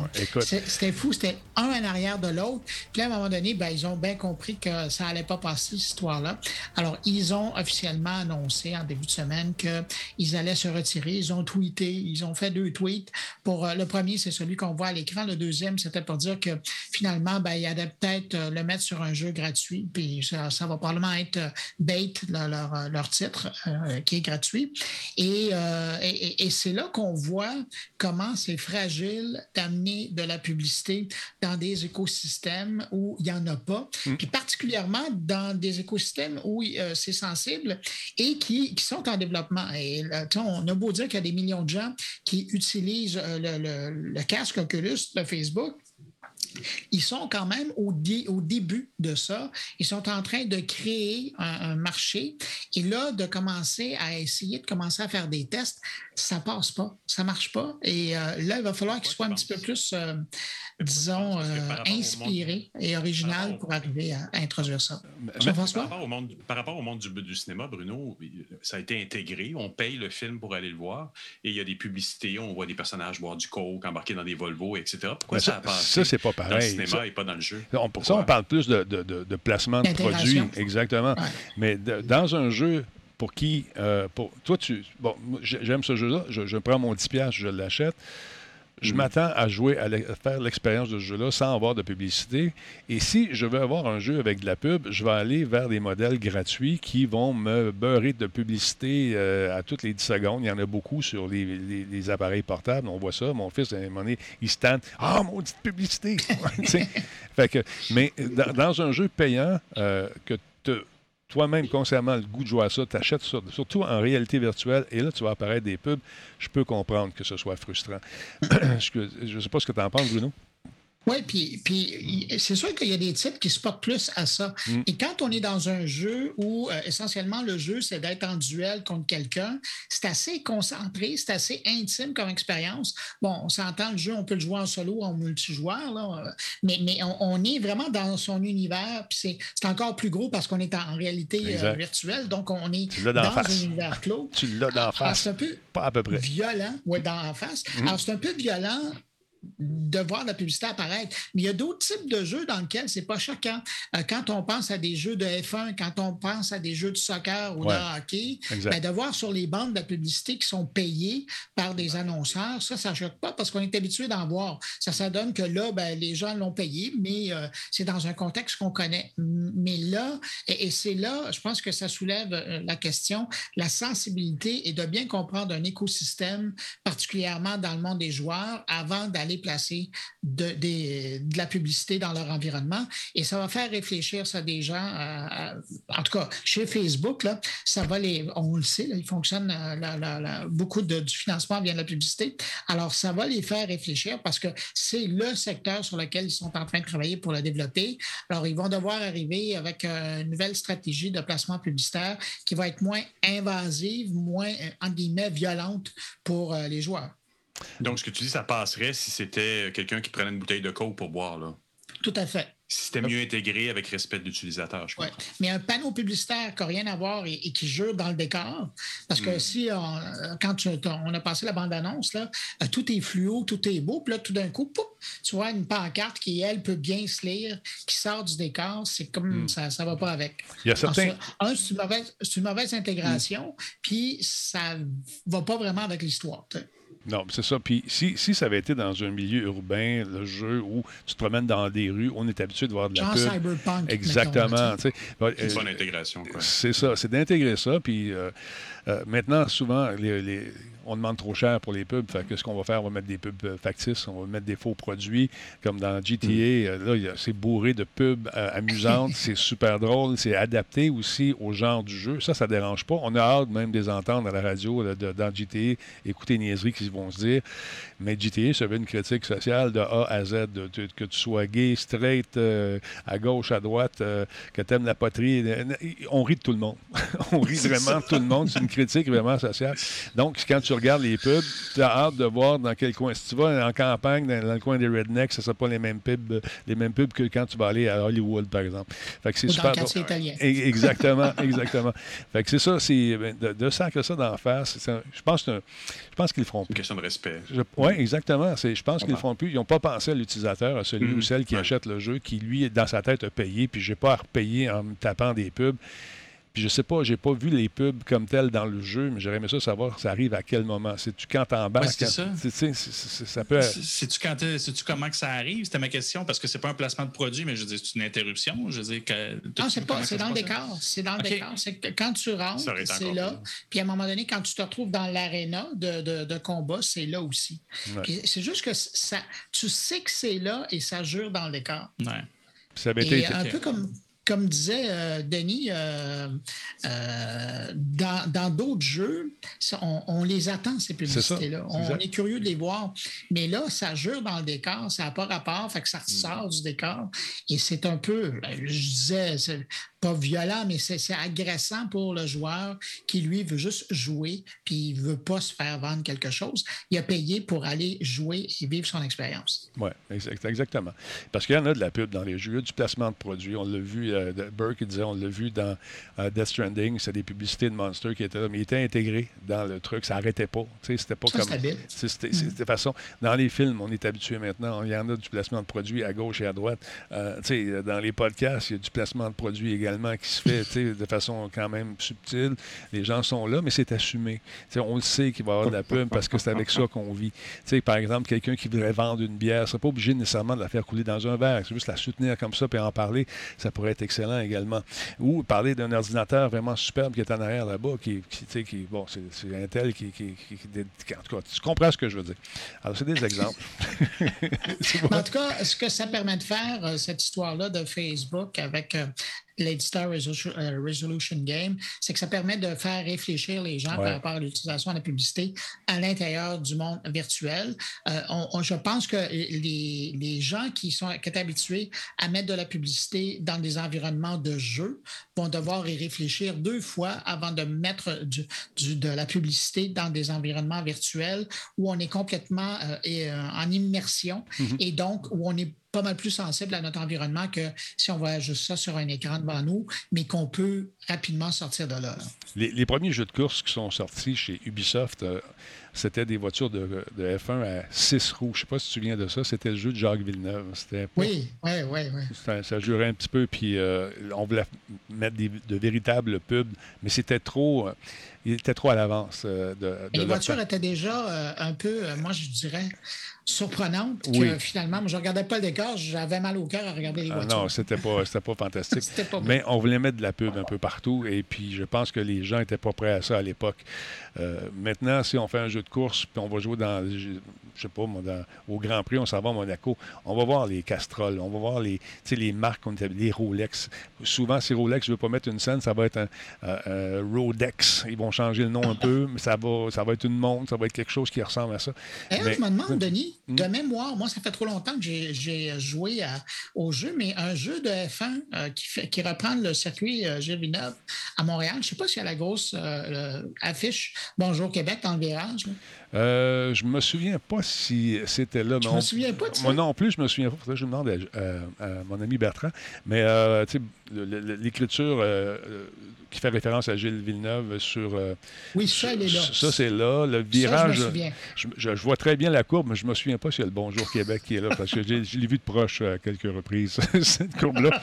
c'était fou, c'était un en arrière de l'autre. Puis là, à un moment donné, ils ont bien compris que ça n'allait pas passer, cette histoire-là. Alors, ils ont officiellement annoncé en début de semaine qu'ils allaient se retirer. Ils ont tweeté, ils ont fait 2 tweets. Le premier, c'est celui qu'on voit à l'écran. Le deuxième, c'était pour dire que finalement, ils allaient peut-être le mettre sur un jeu gratuit. Puis ça va probablement être Bait, leur titre, qui est gratuit. Et c'est là qu'on voit comment comment c'est fragile d'amener de la publicité dans des écosystèmes où il n'y en a pas, puis particulièrement dans des écosystèmes où c'est sensible et qui sont en développement. Et on a beau dire qu'il y a des millions de gens qui utilisent le casque Oculus de Facebook, ils sont quand même au début de ça. Ils sont en train de créer un marché. Et là, de commencer à essayer de commencer à faire des tests, ça passe pas, ça marche pas. Et là, il va falloir qu'ils soient un petit peu plus, disons, inspirés et original pour arriver à introduire ça. Par rapport au monde du cinéma, Bruno, ça a été intégré. On paye le film pour aller le voir. Et il y a des publicités, on voit des personnages boire du coke, embarquer dans des Volvo, etc. Pourquoi ça a passé? Ça, c'est pas pareil. Dans le cinéma et pas dans le jeu. On parle plus de placement de produits. Exactement. Ouais. Mais dans un jeu, pour qui... toi, j'aime ce jeu-là. Je prends mon 10$, je l'achète. Je m'attends à jouer, à faire l'expérience de ce jeu-là sans avoir de publicité. Et si je veux avoir un jeu avec de la pub, je vais aller vers des modèles gratuits qui vont me beurrer de publicité à toutes les 10 secondes. Il y en a beaucoup sur les appareils portables. On voit ça. Mon fils, à un moment donné, il se tente. « Ah, maudite publicité! » Mais dans un jeu payant, que toi-même, consciemment, le goût de jouer à ça, tu achètes ça, surtout en réalité virtuelle, et là, tu vas apparaître des pubs. Je peux comprendre que ce soit frustrant. Je ne sais pas ce que tu en penses, Bruno. Oui, puis c'est sûr qu'il y a des types qui se portent plus à ça. Et quand on est dans un jeu où essentiellement le jeu, c'est d'être en duel contre quelqu'un, c'est assez concentré, c'est assez intime comme expérience. Bon, on s'entend, le jeu, on peut le jouer en solo ou en multijoueur, là, mais on est vraiment dans son univers, puis c'est encore plus gros parce qu'on est en réalité virtuelle, donc on est dans un univers clos. Tu l'as d'en face. C'est un peu pas à peu près violent, oui, d'en face. Alors, c'est un peu violent de voir la publicité apparaître. Mais il y a d'autres types de jeux dans lesquels c'est pas choquant. Quand on pense à des jeux de F1, quand on pense à des jeux de soccer ou de hockey, ben de voir sur les bandes de la publicité qui sont payées par des annonceurs, ça choque pas parce qu'on est habitué d'en voir. Ça donne que là, ben, les gens l'ont payé, mais c'est dans un contexte qu'on connaît. Mais là, et c'est là, je pense que ça soulève la question, la sensibilité et de bien comprendre un écosystème, particulièrement dans le monde des joueurs, avant d'aller placer de la publicité dans leur environnement. Et ça va faire réfléchir ça des gens. En tout cas, chez Facebook, là, ça va on le sait, là, il fonctionne, beaucoup du financement vient de la publicité. Alors, ça va les faire réfléchir parce que c'est le secteur sur lequel ils sont en train de travailler pour le développer. Alors, ils vont devoir arriver avec une nouvelle stratégie de placement publicitaire qui va être moins invasive, moins, entre guillemets, violente pour les joueurs. Donc, ce que tu dis, ça passerait si c'était quelqu'un qui prenait une bouteille de coke pour boire, là. Tout à fait. Si c'était mieux intégré avec respect de l'utilisateur, je crois. Ouais. Mais un panneau publicitaire qui n'a rien à voir et qui jure dans le décor, parce que si, quand on a passé la bande-annonce, là, tout est fluo, tout est beau, puis là, tout d'un coup, pouf, tu vois une pancarte qui, elle, peut bien se lire, qui sort du décor, c'est comme ça ne va pas avec. Il y a certains... c'est une mauvaise intégration, puis ça ne va pas vraiment avec l'histoire. T'sais. Non, c'est ça. Puis si ça avait été dans un milieu urbain, le jeu où tu te promènes dans des rues, on est habitué de voir de la pub. Cyberpunk. Exactement. C'est une bonne intégration. Quoi. C'est ça, c'est d'intégrer ça. Puis maintenant, souvent, on demande trop cher pour les pubs. Fait que ce qu'on va faire, on va mettre des pubs factices, on va mettre des faux produits, comme dans GTA. Là, c'est bourré de pubs amusantes, c'est super drôle, c'est adapté aussi au genre du jeu. Ça ne dérange pas. On a hâte même de les entendre à la radio, dans GTA, écouter les niaiseries qu'ils vont se dire. Mais GTA, ça veut une critique sociale de A à Z, que tu sois gay, straight, à gauche, à droite, que tu aimes la poterie. On rit de tout le monde. On rit vraiment de tout le monde. C'est une critique vraiment sociale. Donc, quand tu regardes les pubs, tu as hâte de voir dans quel coin. Si tu vas en campagne, dans le coin des rednecks, ça ne sera pas les mêmes pubs que quand tu vas aller à Hollywood, par exemple. Fait que c'est super. Dans le quartier italien. Exactement. Fait que c'est ça, c'est de sacrer ça d'en face. Je pense qu'ils le feront plus. Une question de respect. Oui, exactement. Je pense qu'ils le feront plus. Ils n'ont pas pensé à l'utilisateur, à celui ou celle qui achète le jeu, qui, lui, dans sa tête, a payé, puis je n'ai pas à repayer en me tapant des pubs. Puis je sais pas, j'ai pas vu les pubs comme telles dans le jeu, mais j'aurais aimé ça savoir ça arrive à quel moment. C'est-tu quand t'embarques? Ouais, c'est ça. Ça peut... Sais-tu comment que ça arrive? C'était ma question, parce que c'est pas un placement de produit, mais je veux dire, c'est une interruption. Je veux dire que... Non, c'est dans le décor. C'est dans le décor. C'est que quand tu rentres, c'est là. Puis à un moment donné, quand tu te retrouves dans l'aréna de combat, c'est là aussi. Ouais. C'est juste que tu sais que c'est là et ça jure dans le décor. Ouais. Ça avait été... Un peu comme disait Denis, dans d'autres jeux, on les attend, ces publicités-là. On est curieux de les voir. Mais là, ça jure dans le décor, ça n'a pas rapport, fait que ça ressort du décor. Et c'est un peu, je disais, c'est pas violent, mais c'est agressant pour le joueur qui, lui, veut juste jouer puis il ne veut pas se faire vendre quelque chose. Il a payé pour aller jouer et vivre son expérience. Oui, exactement. Parce qu'il y en a de la pub dans les jeux, il y a du placement de produits. On l'a vu, Burke disait, on l'a vu dans Death Stranding, c'est des publicités de Monster qui étaient là, mais ils étaient intégrés dans le truc, ça n'arrêtait pas. C'était pas ça, comme... C'était façon... Dans les films, on est habitué maintenant, il y en a du placement de produits à gauche et à droite. Dans les podcasts, il y a du placement de produits également qui se fait de façon quand même subtile. Les gens sont là, mais c'est assumé. On le sait qu'il va y avoir de la pub parce que c'est avec ça qu'on vit. Par exemple, quelqu'un qui voudrait vendre une bière, ne serait pas obligé nécessairement de la faire couler dans un verre. C'est juste la soutenir comme ça et en parler. Ça pourrait être excellent également. Ou parler d'un ordinateur vraiment superbe qui est en arrière là-bas, bon, c'est Intel en tout cas, tu comprends ce que je veux dire. Alors, c'est des exemples. En tout cas, ce que ça permet de faire, cette histoire-là de Facebook avec l'Editor Resolution Game, c'est que ça permet de faire réfléchir les gens par rapport à l'utilisation de la publicité à l'intérieur du monde virtuel. Je pense que les gens qui sont habitués à mettre de la publicité dans des environnements de jeu vont devoir y réfléchir 2 fois avant de mettre de la publicité dans des environnements virtuels où on est complètement en immersion et donc où on est pas mal plus sensible à notre environnement que si on voit juste ça sur un écran devant nous, mais qu'on peut rapidement sortir de là. Les premiers jeux de course qui sont sortis chez Ubisoft, c'était des voitures de F1 à 6 roues. Je ne sais pas si tu te souviens de ça. C'était le jeu de Jacques Villeneuve. Oui. Ça jurait un petit peu, puis on voulait mettre de véritables pubs, mais c'était trop... il était trop à l'avance. Les voitures étaient déjà un peu, moi je dirais, surprenantes. Que finalement, moi, je ne regardais pas le décor, j'avais mal au cœur à regarder les voitures. Non, c'était pas fantastique. Mais on voulait mettre de la pub un peu partout, et puis je pense que les gens n'étaient pas prêts à ça à l'époque. Maintenant, si on fait un jeu de course, puis on va jouer dans, je sais pas, au Grand Prix, on s'en va à Monaco, on va voir les Castrol, on va voir les marques, les Rolex. Souvent, ces Rolex, je ne veux pas mettre une scène, ça va être un Rodex. Ils vont changer le nom un peu, mais ça va être une montre, ça va être quelque chose qui ressemble à ça. Je me demande, Denis, de mémoire, moi, ça fait trop longtemps que j'ai joué au jeu, mais un jeu de F1 qui reprend le circuit Gilles Villeneuve à Montréal, je ne sais pas s'il y a la grosse affiche Bonjour Québec dans le virage. Je me souviens pas si c'était là. Je me souviens pas de ça. Moi non plus, je me souviens pas. Je demande à mon ami Bertrand. Mais l'écriture qui fait référence à Gilles Villeneuve sur... oui, ça, elle est là. Ça, c'est là. Le virage, ça, je vois très bien la courbe, mais je me souviens pas s'il y a le Bonjour Québec qui est là, parce que je l'ai vu de proche à quelques reprises, cette courbe-là.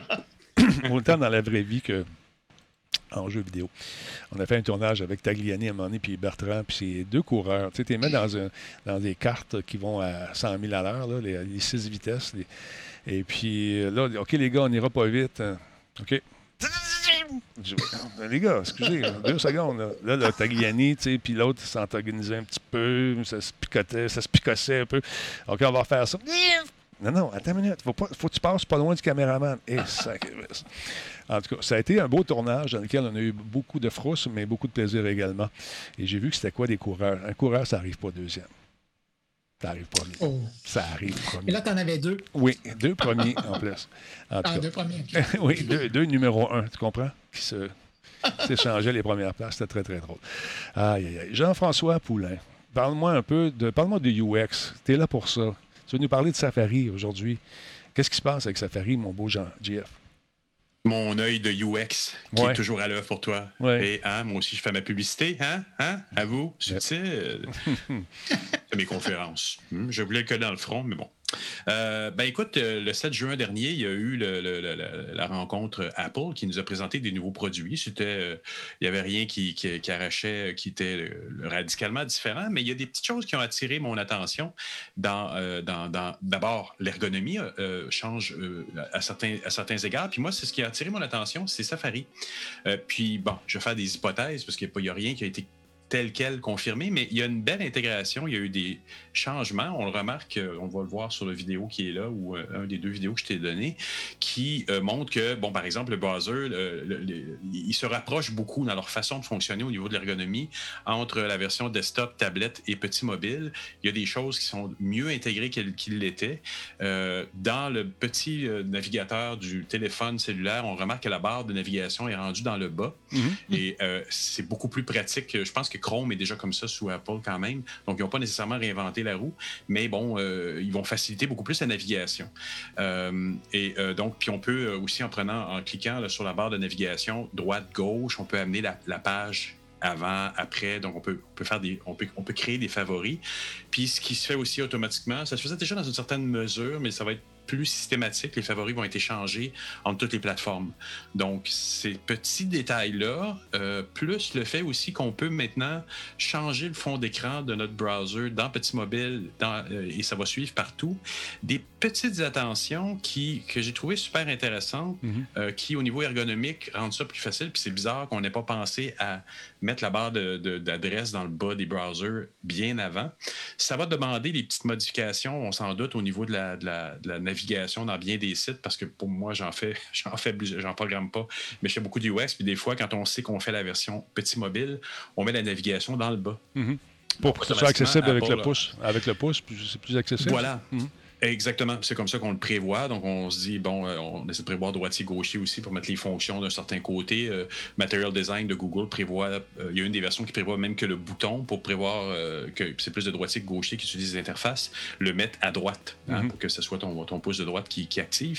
Autant dans la vraie vie que en jeu vidéo. On a fait un tournage avec Tagliani à un moment donné, puis Bertrand, puis c'est 2 coureurs. Tu sais, les mets dans des cartes qui vont à 100 000 à l'heure, là, les 6 vitesses. Et puis là, OK, les gars, on n'ira pas vite. OK. Les gars, excusez, 2 secondes. Là Tagliani, tu sais, puis l'autre s'antagonisait un petit peu, ça se picossait un peu. OK, on va refaire ça. Non, attends une minute. Faut que tu passes pas loin du caméraman. Sacrifice. En tout cas, ça a été un beau tournage dans lequel on a eu beaucoup de frousse, mais beaucoup de plaisir également. Et j'ai vu que c'était quoi des coureurs. Un coureur, ça n'arrive pas deuxième. Ça arrive premier. Oh. Ça arrive premier. Et là, tu en avais 2. Oui, 2 premiers en plus. En tout cas. 2 premiers. Okay. Oui, 2 numéro 1, tu comprends? Qui s'échangeaient les premières places. C'était très, très drôle. Aïe, aïe, aïe. Jean-François Poulain, parle-moi de UX. Tu es là pour ça. Tu veux nous parler de Safari aujourd'hui. Qu'est-ce qui se passe avec Safari, mon beau JF? Mon œil de UX qui est toujours à l'œuvre pour toi. Ouais. Et moi aussi, je fais ma publicité. À vous, subtil. de mes conférences. Je voulais le coller dans le front, mais bon. Écoute, le 7 juin dernier, il y a eu la rencontre Apple qui nous a présenté des nouveaux produits. Il n'y avait rien qui arrachait, qui était radicalement différent, mais il y a des petites choses qui ont attiré mon attention. D'abord, l'ergonomie change à certains égards. Puis moi, c'est ce qui a attiré mon attention, c'est Safari. Puis bon, je vais faire des hypothèses parce qu'il n'y a rien qui a été tel quel confirmé, mais il y a une belle intégration, il y a eu des changements, on le remarque, on va le voir sur la vidéo qui est là, ou un des deux vidéos que je t'ai donné, qui montre que, par exemple, le browser, il se rapproche beaucoup dans leur façon de fonctionner au niveau de l'ergonomie entre la version desktop, tablette et petit mobile. Il y a des choses qui sont mieux intégrées qu'il l'était. Dans le petit navigateur du téléphone cellulaire, on remarque que la barre de navigation est rendue dans le bas, et c'est beaucoup plus pratique. Je pense que Chrome est déjà comme ça sous Apple quand même. Donc, ils n'ont pas nécessairement réinventé la roue, mais bon, ils vont faciliter beaucoup plus la navigation. Donc, puis on peut aussi, en cliquant là, sur la barre de navigation droite-gauche, on peut amener la page avant, après. Donc, on peut créer des favoris. Puis, ce qui se fait aussi automatiquement, ça se faisait déjà dans une certaine mesure, mais ça va être plus systématique, les favoris vont être échangés entre toutes les plateformes. Donc, ces petits détails-là, plus le fait aussi qu'on peut maintenant changer le fond d'écran de notre browser dans Petit Mobile et ça va suivre partout. Des petites attentions que j'ai trouvées super intéressantes, qui, au niveau ergonomique, rendent ça plus facile. Puis c'est bizarre qu'on n'ait pas pensé à mettre la barre d'adresse dans le bas des browsers bien avant. Ça va demander des petites modifications, on s'en doute, au niveau de la navigation dans bien des sites, parce que pour moi, j'en programme pas, mais je fais beaucoup d'UX, puis des fois, quand on sait qu'on fait la version petit mobile, on met la navigation dans le bas. Pour que ce soit accessible avec le pouce. Avec le pouce, c'est plus accessible. Voilà. Exactement. C'est comme ça qu'on le prévoit. Donc, on se dit, on essaie de prévoir droitier-gaucher aussi pour mettre les fonctions d'un certain côté. Material Design de Google prévoit, il y a une des versions qui prévoit même que le bouton pour prévoir que c'est plus de droitier que gaucher qui utilise les interfaces, le mettre à droite pour que ce soit ton pouce de droite qui active.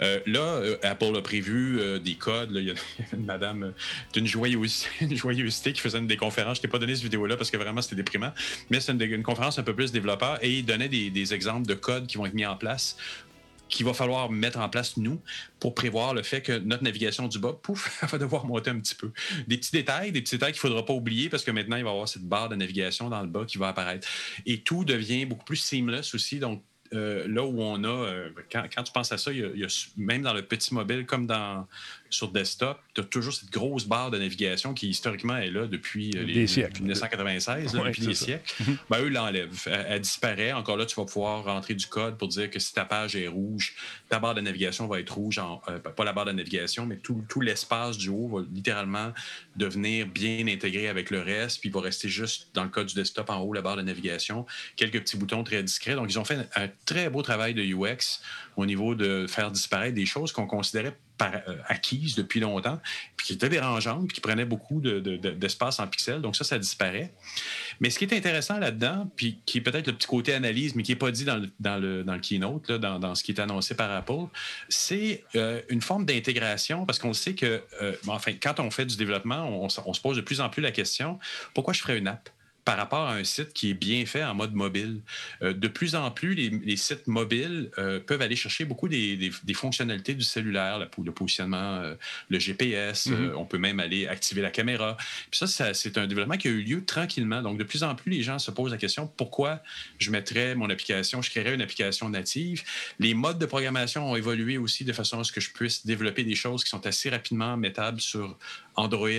Apple a prévu des codes. Là, il y a une madame d'une joyeuseté qui faisait des conférences. Je t'ai pas donné cette vidéo-là parce que vraiment c'était déprimant, mais c'est une conférence un peu plus développeur et il donnait des exemples de codes qui vont être mis en place, qu'il va falloir mettre en place, nous, pour prévoir le fait que notre navigation du bas, elle va devoir monter un petit peu. Des petits détails qu'il ne faudra pas oublier parce que maintenant, il va y avoir cette barre de navigation dans le bas qui va apparaître. Et tout devient beaucoup plus seamless aussi. Donc, là où on a, quand tu penses à ça, il y a même dans le petit mobile comme sur desktop, tu as toujours cette grosse barre de navigation qui historiquement est là depuis des siècles. 1996, depuis des siècles. Eux l'enlèvent. Elle disparaît. Encore là, tu vas pouvoir rentrer du code pour dire que si ta page est rouge, ta barre de navigation va être rouge. Pas la barre de navigation, mais tout l'espace du haut va littéralement devenir bien intégré avec le reste, puis il va rester juste dans le cas du desktop en haut, la barre de navigation. Quelques petits boutons très discrets. Donc, ils ont fait un très beau travail de UX au niveau de faire disparaître des choses qu'on considérait acquises depuis longtemps, puis qui étaient dérangeantes, puis qui prenaient beaucoup d'espace en pixels. Donc ça disparaît. Mais ce qui est intéressant là-dedans, puis qui est peut-être le petit côté analyse, mais qui n'est pas dit dans le keynote, là, dans ce qui est annoncé par Apple, c'est une forme d'intégration, parce qu'on sait que, quand on fait du développement, on se pose de plus en plus la question, pourquoi je ferais une app par rapport à un site qui est bien fait en mode mobile? De plus en plus, les sites mobiles peuvent aller chercher beaucoup des fonctionnalités du cellulaire, le positionnement, le GPS, on peut même aller activer la caméra. Puis ça, c'est un développement qui a eu lieu tranquillement. Donc, de plus en plus, les gens se posent la question, pourquoi je créerais une application native? Les modes de programmation ont évolué aussi de façon à ce que je puisse développer des choses qui sont assez rapidement mettables sur Android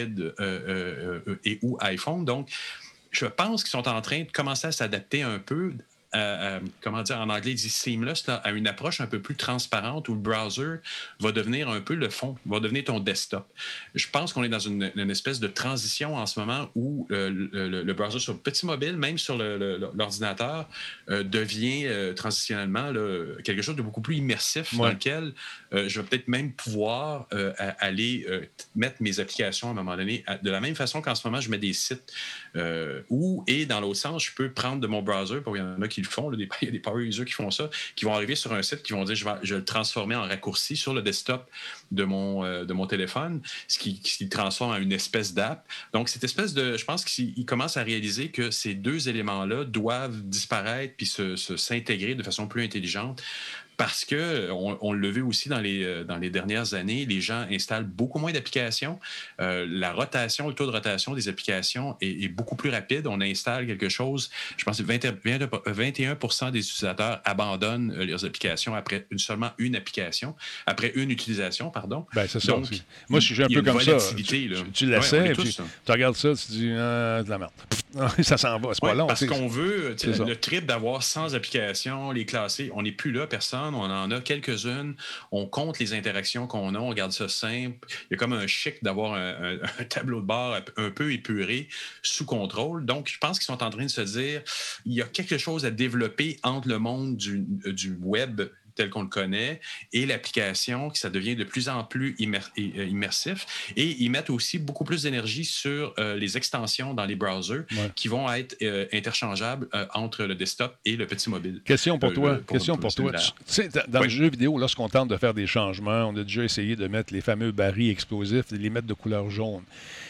et ou iPhone. Donc, je pense qu'ils sont en train de commencer à s'adapter un peu comment dire, en anglais, il dit seamless, là, à une approche un peu plus transparente où le browser va devenir un peu le fond, va devenir ton desktop. Je pense qu'on est dans une espèce de transition en ce moment où le browser sur le petit mobile, même sur l'ordinateur, devient transitionnellement quelque chose de beaucoup plus immersif dans lequel je vais peut-être même pouvoir aller mettre mes applications à un moment donné, de la même façon qu'en ce moment, je mets des sites et dans l'autre sens, je peux prendre de mon browser, pour il y en a qui qui le font, il y a des power users qui font ça, qui vont arriver sur un site, qui vont dire je vais le transformer en raccourci sur le desktop de mon téléphone, ce qui le transforme en une espèce d'app. Donc, cette espèce de... Je pense qu'il commence à réaliser que ces deux éléments-là doivent disparaître puis s'intégrer de façon plus intelligente. Parce qu'on l'a vu aussi dans les dernières années, les gens installent beaucoup moins d'applications. Le taux de rotation des applications est beaucoup plus rapide. On installe quelque chose, je pense que 21% des utilisateurs abandonnent leurs applications après seulement une application, après une utilisation, pardon. Ben, c'est ça. Donc, moi, je suis un peu comme ça. Tu l'essaies, puis tu regardes ça, tu dis de la merde. Ça s'en va, c'est pas long. Parce qu'on veut, le trip d'avoir 100 applications, les classer, on n'est plus là, personne. On en a quelques-unes. On compte les interactions qu'on a. On regarde ça simple. Il y a comme un chic d'avoir un tableau de bord un peu épuré, sous contrôle. Donc, je pense qu'ils sont en train de se dire il y a quelque chose à développer entre le monde du web tel qu'on le connaît, et l'application, que ça devient de plus en plus immersif. Et ils mettent aussi beaucoup plus d'énergie sur les extensions dans les browsers qui vont être interchangeables entre le desktop et le petit mobile. Question pour toi. Tu sais, dans le jeu vidéo, lorsqu'on tente de faire des changements, on a déjà essayé de mettre les fameux barils explosifs, de les mettre de couleur jaune.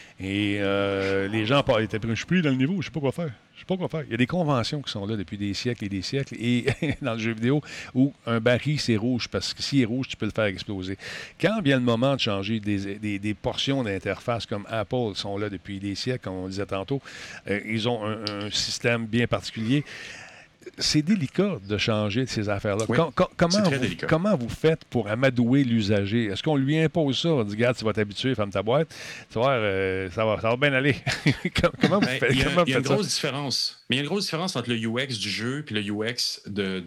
Et les gens étaient pris, je suis plus dans le niveau, je ne sais pas quoi faire. Il y a des conventions qui sont là depuis des siècles et des siècles. Et dans le jeu vidéo, où un baril, c'est rouge, parce que s'il est rouge, tu peux le faire exploser. Quand vient le moment de changer des portions d'interface, comme Apple sont là depuis des siècles, comme on disait tantôt, ils ont un système bien particulier. C'est délicat de changer de ces affaires-là. Oui, comment vous faites pour amadouer l'usager? Est-ce qu'on lui impose ça? On dit, regarde, tu vas t'habituer, ferme ta boîte. Tu vas voir, ça va bien aller. Comment vous faites ça? Il y a une grosse différence. Mais il y a une grosse différence entre le UX du jeu et le UX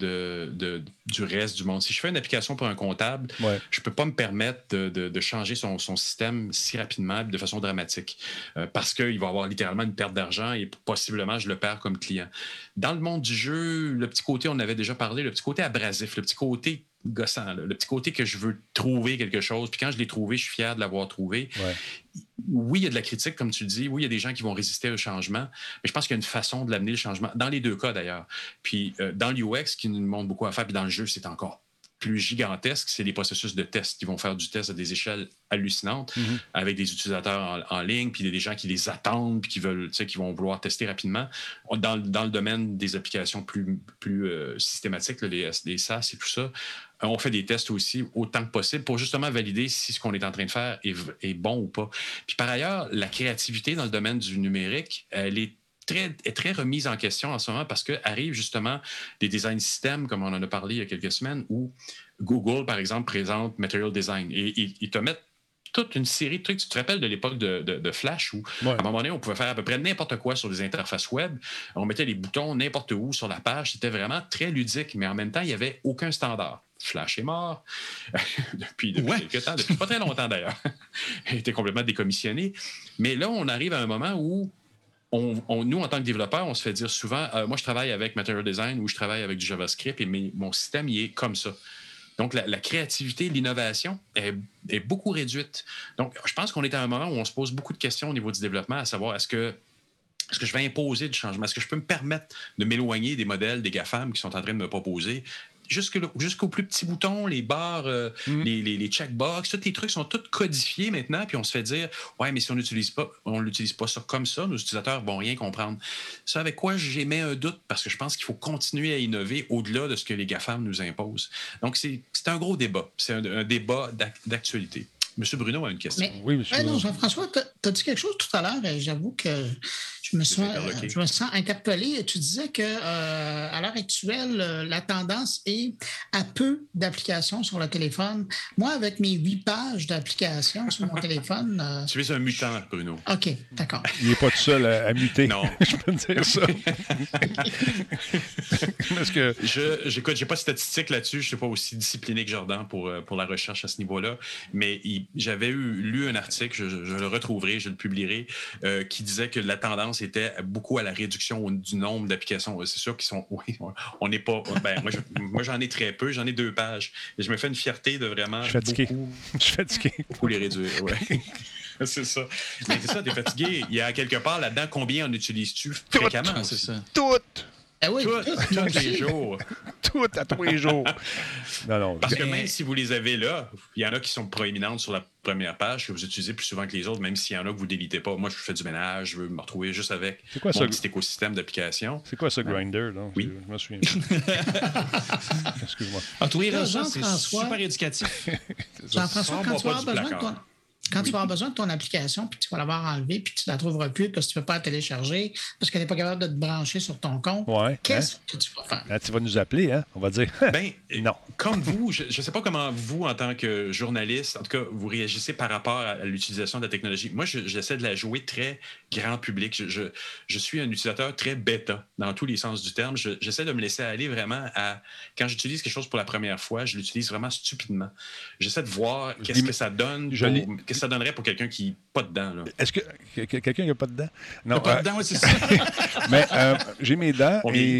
du reste du monde. Si je fais une application pour un comptable, je ne peux pas me permettre de changer son système si rapidement, de façon dramatique. Parce qu'il va y avoir littéralement une perte d'argent et possiblement, je le perds comme client. Dans le monde du jeu, le petit côté, on en avait déjà parlé, le petit côté abrasif, le petit côté gossant, le petit côté que je veux trouver quelque chose, puis quand je l'ai trouvé, je suis fier de l'avoir trouvé. Oui, il y a de la critique, comme tu dis. Oui, il y a des gens qui vont résister au changement, mais je pense qu'il y a une façon de l'amener, le changement, dans les deux cas d'ailleurs. Puis dans l'UX, qui nous demande beaucoup à faire, puis dans le jeu, c'est encore plus gigantesque, c'est les processus de test qui vont faire du test à des échelles hallucinantes avec des utilisateurs en ligne, puis des gens qui les attendent, puis qui vont vouloir tester rapidement. Dans le domaine des applications plus systématiques, les SaaS et tout ça, on fait des tests aussi autant que possible pour justement valider si ce qu'on est en train de faire est bon ou pas. Puis par ailleurs, la créativité dans le domaine du numérique, elle est très remise en question en ce moment parce qu'arrivent justement des design systems, comme on en a parlé il y a quelques semaines, où Google, par exemple, présente Material Design. Et ils te mettent toute une série de trucs. Tu te rappelles de l'époque de Flash où, à un moment donné, on pouvait faire à peu près n'importe quoi sur des interfaces web. On mettait les boutons n'importe où sur la page. C'était vraiment très ludique, mais en même temps, il n'y avait aucun standard. Flash est mort depuis quelques temps, depuis pas très longtemps d'ailleurs. Il était complètement décommissionné. Mais là, on arrive à un moment où nous, en tant que développeurs, on se fait dire souvent moi, je travaille avec Material Design ou je travaille avec du JavaScript et mon système, il est comme ça. Donc, la créativité, l'innovation est beaucoup réduite. Donc, je pense qu'on est à un moment où on se pose beaucoup de questions au niveau du développement, à savoir est-ce que je vais imposer du changement? Est-ce que je peux me permettre de m'éloigner des modèles des GAFAM qui sont en train de me proposer? Jusqu'aux plus petits boutons, les barres, les checkbox, tous les trucs sont tous codifiés maintenant, puis on se fait dire ouais, mais si on n'utilise pas ça comme ça, nos utilisateurs vont rien comprendre. Ça, avec quoi j'émets un doute, parce que je pense qu'il faut continuer à innover au-delà de ce que les GAFAM nous imposent. Donc, c'est un gros débat. C'est un débat d'actualité. Monsieur Bruno a une question. Oui, monsieur. Non, Jean-François, tu as dit quelque chose tout à l'heure, et j'avoue que je me sens interpellé. Tu disais qu'à l'heure actuelle, la tendance est à peu d'applications sur le téléphone. Moi, avec mes 8 pages d'applications sur mon téléphone... Tu es un mutant, Bruno. OK, d'accord. Il n'est pas tout seul à muter. Non. Je peux te dire ça. Parce que... J'écoute, j'ai pas de statistiques là-dessus. Je ne suis pas aussi discipliné que Jordan pour la recherche à ce niveau-là. Mais j'avais lu un article, je le retrouverai, je le publierai, qui disait que la tendance était beaucoup à la réduction du nombre d'applications. C'est sûr qu'ils sont... Oui, on n'est pas... moi, j'en ai très peu. J'en ai 2 pages. Et je me fais une fierté de vraiment... Je suis fatigué. Beaucoup les réduire, oui. C'est ça. Mais c'est ça, t'es fatigué. Il y a quelque part là-dedans, combien en utilises-tu fréquemment? C'est ça. Toutes! Ah oui, tous les jours. Tout à tous les jours. Non. Parce que même si vous les avez là, il y en a qui sont proéminentes sur la première page que vous utilisez plus souvent que les autres, même s'il y en a que vous ne délitez pas. Moi, je fais du ménage, je veux me retrouver juste avec mon petit écosystème d'applications. C'est quoi ce Grindr? Là? Oui. Je me souviens. Excuse-moi. Tous les réseaux, c'est Jean-François. super éducatif. Jean-François, quand tu vas avoir besoin de ton application, puis tu vas l'avoir enlevée, puis tu ne la trouveras plus parce que tu ne peux pas la télécharger, parce qu'elle n'est pas capable de te brancher sur ton compte, qu'est-ce que tu vas faire? Là, tu vas nous appeler, hein? On va dire. Non. Comme vous, je ne sais pas comment vous, en tant que journaliste, en tout cas, vous réagissez par rapport à l'utilisation de la technologie. Moi, j'essaie de la jouer très grand public. Je suis un utilisateur très bêta, dans tous les sens du terme. J'essaie de me laisser aller vraiment à... Quand j'utilise quelque chose pour la première fois, je l'utilise vraiment stupidement. J'essaie de voir qu'est-ce que ça donne... Qu'est-ce que ça donnerait pour quelqu'un qui n'est pas dedans? Là? Est-ce que quelqu'un qui n'a pas dedans? Non. Pas dedans, oui, c'est ça. Mais j'ai mes dents et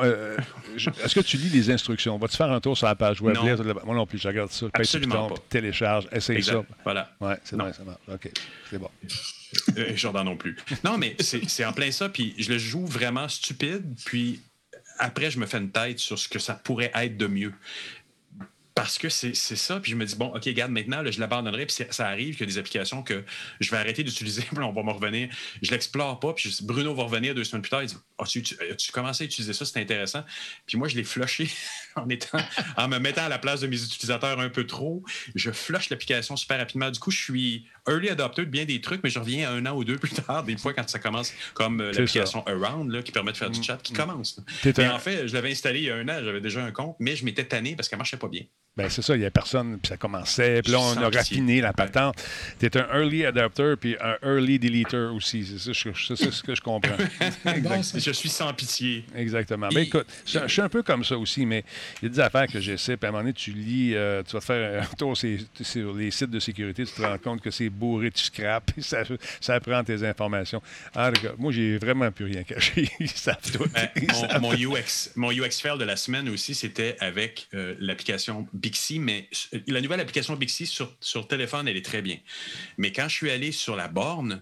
est-ce que tu lis les instructions? Vas-tu faire un tour sur la page web? Non. Moi non plus, je regarde ça. Absolument pas. Télécharge, essaye ça. Voilà. Ouais, c'est vrai, ça marche. OK, c'est bon. Jordan non plus. Non, mais c'est en plein ça, puis je le joue vraiment stupide, puis après, je me fais une tête sur ce que ça pourrait être de mieux. Parce que c'est ça, puis je me dis, bon, OK, regarde, maintenant, là, je l'abandonnerai, puis ça arrive qu'il y a des applications que je vais arrêter d'utiliser, puis on va me revenir. Je l'explore pas, puis Bruno va revenir 2 semaines plus tard, il dit, as-tu commencé à utiliser ça, c'est intéressant. Puis moi, je l'ai flushé en me mettant à la place de mes utilisateurs un peu trop. Je flush l'application super rapidement. Du coup, je suis early adopter de bien des trucs, mais je reviens 1 an ou 2 plus tard, des fois, quand ça commence, comme l'application Around, là, qui permet de faire du chat, qui commence. Mais en fait, je l'avais installé il y a 1 an, j'avais déjà un compte, mais je m'étais tanné parce qu'elle marchait pas bien. Ben c'est ça, il n'y a personne, puis ça commençait, puis là, on a raffiné la patente. Tu es un early adapter, puis un early deleter aussi. C'est ça ce que je comprends. Je suis sans pitié. Exactement. Ben écoute, je suis un peu comme ça aussi, mais il y a des affaires que j'essaie, puis à un moment donné, tu lis, tu vas te faire un tour sur les sites de sécurité, tu te rends compte que c'est bourré de scrap, puis ça prend tes informations. Alors, moi, j'ai vraiment plus rien caché. Ils savent tout. Mon UX fail de la semaine aussi, c'était avec l'application Bixi, mais la nouvelle application Bixi sur téléphone, elle est très bien. Mais quand je suis allé sur la borne,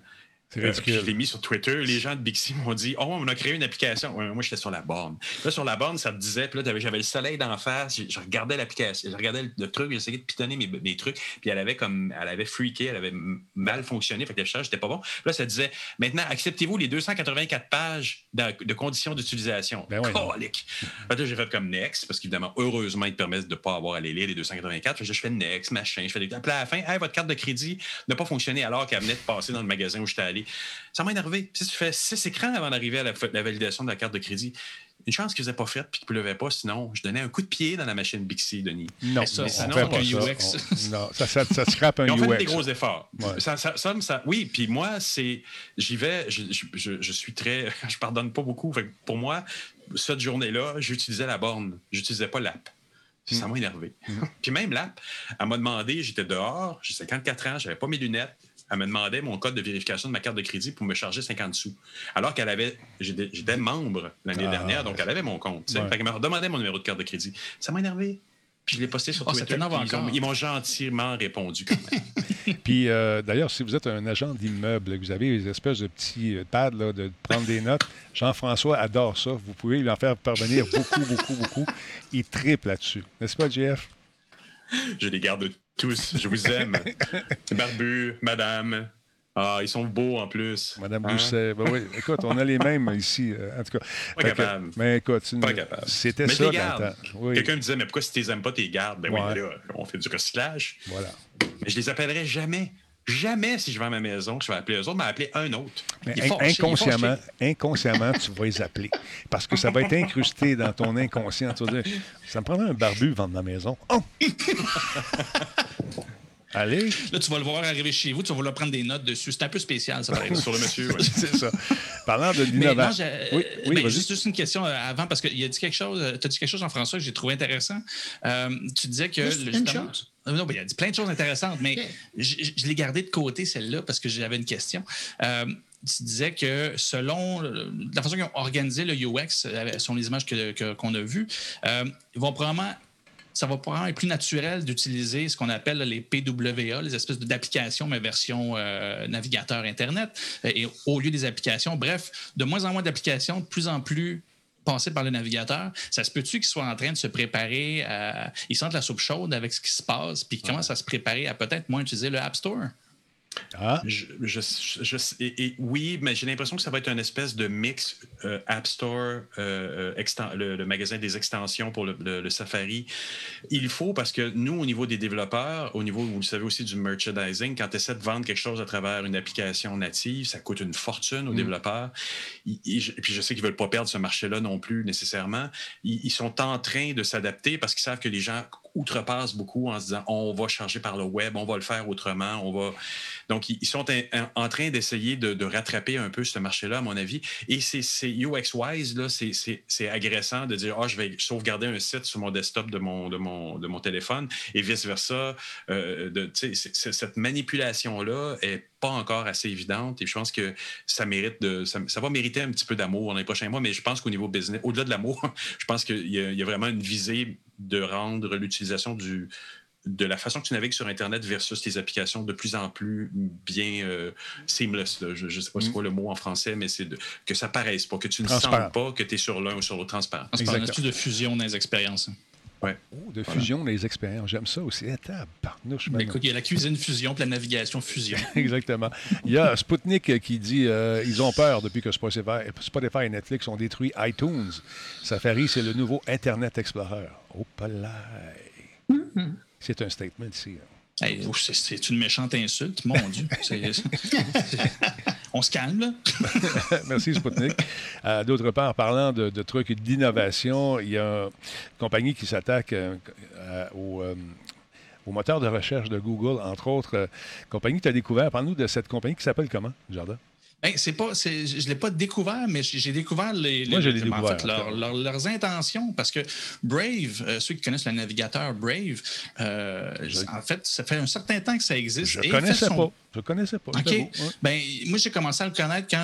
je l'ai mis sur Twitter, les gens de Bixi m'ont dit « Oh, on a créé une application. » Moi, j'étais sur la borne. Là, sur la borne, ça te disait, puis là, j'avais le soleil d'en face, je regardais l'application, je regardais le truc, j'essayais de pitonner mes trucs, puis elle avait freaké, elle avait mal fonctionné, fait que l'affichage n'était pas bon. Puis là, ça disait « Maintenant, acceptez-vous les 284 pages de conditions d'utilisation. » Colique! Fait que là, j'ai fait comme Next, parce qu'évidemment, heureusement, ils te permettent de ne pas avoir à les lire, les 284. Fait que je fais Next, machin, je fais des... Puis à la fin, hey, votre carte de crédit n'a pas fonctionné alors qu'elle venait de passer dans le magasin où j'étais allé. Ça m'a énervé. Si tu fais 6 écrans avant d'arriver à la validation de la carte de crédit, une chance qu'ils n'avaient pas fait et qu'ils ne pleuvait pas, sinon je donnais un coup de pied dans la machine Bixi, Denis. Non, ça, on fait pas ça. Non, ça scrape un UX. Ils ont fait des gros efforts. Ouais. Ça, oui, puis moi, j'y vais, je suis très... Je pardonne pas beaucoup. Fait que pour moi, cette journée-là, j'utilisais la borne. Je n'utilisais pas l'app. Ça m'a énervé. Puis même l'app, elle m'a demandé, j'étais dehors, j'ai 54 ans, je n'avais pas mes lunettes. Elle me demandait mon code de vérification de ma carte de crédit pour me charger 50 sous. Alors qu'elle avait... J'étais membre l'année dernière, donc elle avait mon compte. Fait qu'elle me demandait mon numéro de carte de crédit. Ça m'a énervé. Puis je l'ai posté sur Twitter. Ils m'ont gentiment répondu quand même. Puis d'ailleurs, si vous êtes un agent d'immeuble, vous avez des espèces de petits pads là, de prendre des notes, Jean-François adore ça. Vous pouvez lui en faire parvenir beaucoup. Il triple là-dessus. N'est-ce pas, JF? Je les garde tous. Je vous aime. Barbu, madame. Ah, ils sont beaux en plus. Madame Doucet. Ben oui, écoute, on a les mêmes ici. En tout cas. Pas capable. Mais écoute, pas capable. C'était mais ça dans le temps. Oui. Quelqu'un me disait, mais pourquoi si tu les aimes pas, tu les gardes? Ben oui, mais là, on fait du recyclage. Voilà. Mais je les appellerai jamais. Jamais, si je vais à ma maison, je vais appeler eux autres, mais appeler un autre. Mais inconsciemment, tu vas les appeler. Parce que ça va être incrusté dans ton inconscient. Tu vas dire, ça me prendrait un barbu vendre ma maison. Oh! Allez. Là, tu vas le voir arriver chez vous, tu vas vouloir prendre des notes dessus. C'est un peu spécial, ça, par exemple. Sur le monsieur, oui. C'est ça. Parlant de l'innovation. Oui, juste une question avant, parce qu'il a dit quelque chose. Tu as dit quelque chose, Jean-François, que j'ai trouvé intéressant. Tu disais que. Non, il a dit plein de choses intéressantes, mais je l'ai gardé de côté, celle-là, parce que j'avais une question. Tu disais que selon la façon qu'ils ont organisé le UX, selon les images qu'on a vues, ça va probablement être plus naturel d'utiliser ce qu'on appelle les PWA, les espèces d'applications, mais version navigateur Internet, et au lieu des applications. Bref, de moins en moins d'applications, de plus en plus passer par le navigateur. Ça se peut-tu qu'ils soient en train de se préparer ils sentent la soupe chaude avec ce qui se passe, puis ils commencent à se préparer à peut-être moins utiliser le App Store? Ah. Oui, mais j'ai l'impression que ça va être une espèce de mix App Store, le magasin des extensions pour le Safari. Il faut, parce que nous, au niveau des développeurs, au niveau, vous le savez aussi, du merchandising, quand tu essaies de vendre quelque chose à travers une application native, ça coûte une fortune aux développeurs. Puis je sais qu'ils ne veulent pas perdre ce marché-là non plus nécessairement. Ils sont en train de s'adapter parce qu'ils savent que les gens outrepassent beaucoup en se disant on va charger par le web, on va le faire autrement, Donc, ils sont en train d'essayer de rattraper un peu ce marché-là, à mon avis. Et c'est UX-wise, là, c'est agressant de dire je vais sauvegarder un site sur mon desktop de mon téléphone et vice-versa. Cette manipulation-là est pas encore assez évidente et je pense que ça va mériter un petit peu d'amour dans les prochains mois, mais je pense qu'au niveau business, au-delà de l'amour, je pense qu'il y a vraiment une visée de rendre l'utilisation de la façon que tu navigues sur Internet versus tes applications de plus en plus bien seamless. Là. Je ne sais pas c'est quoi le mot en français, mais c'est que ça paraisse pas, que tu ne sens pas que tu es sur l'un ou sur l'autre, transparent. C'est un astuce de fusion dans les expériences. Ouais. De fusion des expériences. J'aime ça aussi. Écoute, il y a la cuisine fusion et la navigation fusion. Exactement. Il y a Sputnik qui dit ils ont peur depuis que Spotify et Netflix ont détruit iTunes. Safari, c'est le nouveau Internet Explorer. Oh, palais. C'est un statement ici. Hey, c'est une méchante insulte, mon Dieu. On se calme, là. Merci, Sputnik. D'autre part, parlant de trucs d'innovation, il y a une compagnie qui s'attaque au moteur de recherche de Google, entre autres. Compagnie que tu as découvert. Parle-nous de cette compagnie qui s'appelle comment, Jardin? Ben, je ne l'ai pas découvert, mais j'ai découvert leurs intentions. Parce que Brave, ceux qui connaissent le navigateur Brave, en fait, ça fait un certain temps que ça existe. Je ne connaissais pas. OK. Ouais. Ben, moi, j'ai commencé à le connaître quand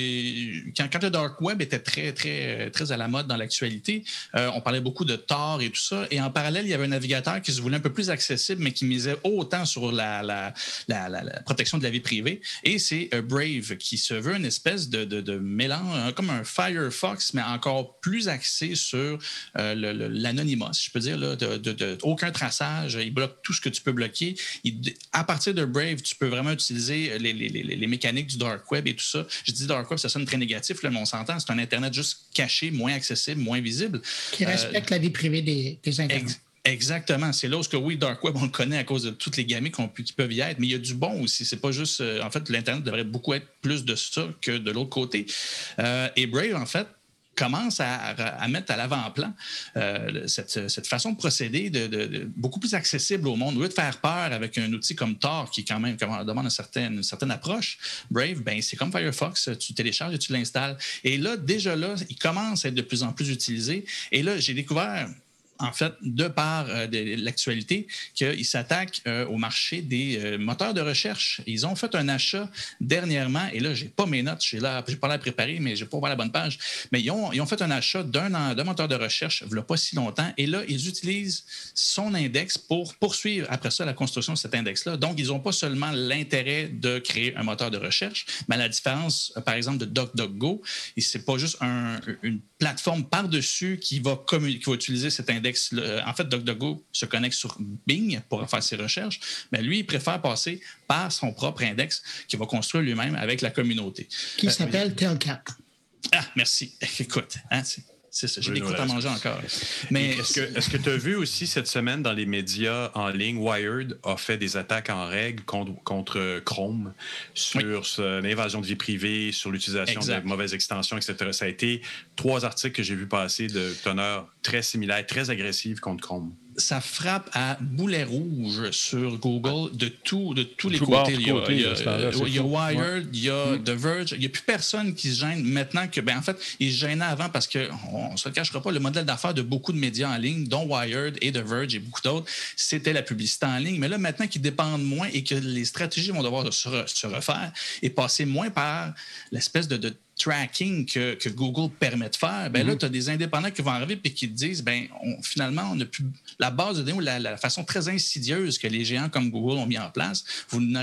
le Dark Web était très, très, très à la mode dans l'actualité. On parlait beaucoup de Tor et tout ça. Et en parallèle, il y avait un navigateur qui se voulait un peu plus accessible, mais qui misait autant sur la protection de la vie privée. Et c'est Brave qui se veut une espèce de mélange, comme un Firefox, mais encore plus axé sur l'anonymat, si je peux dire. Là, aucun traçage. Il bloque tout ce que tu peux bloquer. À partir de Brave, tu peux vraiment utiliser les mécaniques du Dark Web et tout ça. Je dis Dark Web, ça sonne très négatif, là, mais on s'entend, c'est un Internet juste caché, moins accessible, moins visible. Qui respecte la vie privée des internautes. Exactement. C'est là où, oui, Dark Web, on le connaît à cause de toutes les gamins qui peuvent y être, mais il y a du bon aussi. C'est pas juste... en fait, l'Internet devrait beaucoup être plus de ça que de l'autre côté. Et Brave, en fait, commence à mettre à l'avant-plan cette façon de procéder de beaucoup plus accessible au monde. Au lieu de faire peur avec un outil comme Tor, qui quand même demande une certaine approche, Brave, ben, c'est comme Firefox, tu télécharges et tu l'installes. Et là, déjà là, il commence à être de plus en plus utilisé. Et là, j'ai découvert... en fait, de par l'actualité, qu'ils s'attaquent au marché des moteurs de recherche. Ils ont fait un achat dernièrement, et là, je n'ai pas mes notes, j'ai pas l'air préparé, mais je n'ai pas ouvert la bonne page, mais ils ont fait un achat d'un moteur de recherche il n'y a pas si longtemps, et là, ils utilisent son index pour poursuivre après ça la construction de cet index-là. Donc, ils n'ont pas seulement l'intérêt de créer un moteur de recherche, mais à la différence, par exemple, de DuckDuckGo, ce n'est pas juste une plateforme par-dessus qui va utiliser cet index. En fait, DuckDuckGo se connecte sur Bing pour faire ses recherches, mais lui, il préfère passer par son propre index qu'il va construire lui-même avec la communauté. Qui s'appelle Tailcat. Ah, merci. Écoute, c'est ça, j'ai des croûtes à manger encore. Mais est-ce que tu as vu aussi cette semaine dans les médias en ligne, Wired a fait des attaques en règle contre Chrome sur l'invasion de vie privée, sur l'utilisation de mauvaises extensions, etc. Ça a été 3 articles que j'ai vu passer de teneur très similaire, très agressive contre Chrome. Ça frappe à boulet rouge sur Google de tous les côtés. Il y a Wired, il y a The Verge. Il n'y a plus personne qui se gêne maintenant que, en fait, ils se gênaient avant parce qu'on ne se le cachera pas, le modèle d'affaires de beaucoup de médias en ligne, dont Wired et The Verge et beaucoup d'autres, c'était la publicité en ligne. Mais là, maintenant qu'ils dépendent moins et que les stratégies vont devoir se refaire et passer moins par l'espèce de tracking que Google permet de faire, là, tu as des indépendants qui vont arriver et qui te disent, finalement, on n'a plus la base de données ou la façon très insidieuse que les géants comme Google ont mis en place, vous n'aurez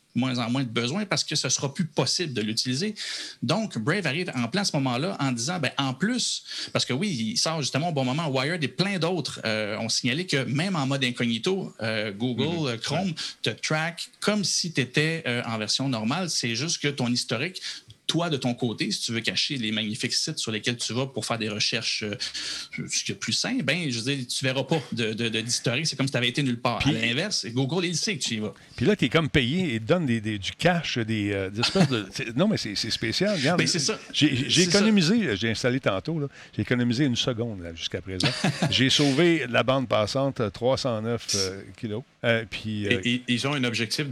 moins en moins de besoin parce que ce ne sera plus possible de l'utiliser. Donc, Brave arrive en plein à ce moment-là en disant, en plus, parce que oui, il sort justement au bon moment, Wired et plein d'autres ont signalé que même en mode incognito, Google, Chrome te track comme si tu étais en version normale. C'est juste que ton historique, toi, de ton côté, si tu veux cacher les magnifiques sites sur lesquels tu vas pour faire des recherches plus simples, je veux dire, tu ne verras pas d'historique. C'est comme si tu avais été nulle part. Puis, à l'inverse, Google, il sait que tu y vas. Puis là, tu es comme payé et te donne du cash, des espèces de... Non, mais c'est spécial. Regarde, c'est ça. J'ai économisé, j'ai installé tantôt, là, j'ai économisé 1 seconde jusqu'à présent. J'ai sauvé la bande passante 309 kilos. Et ils ont un objectif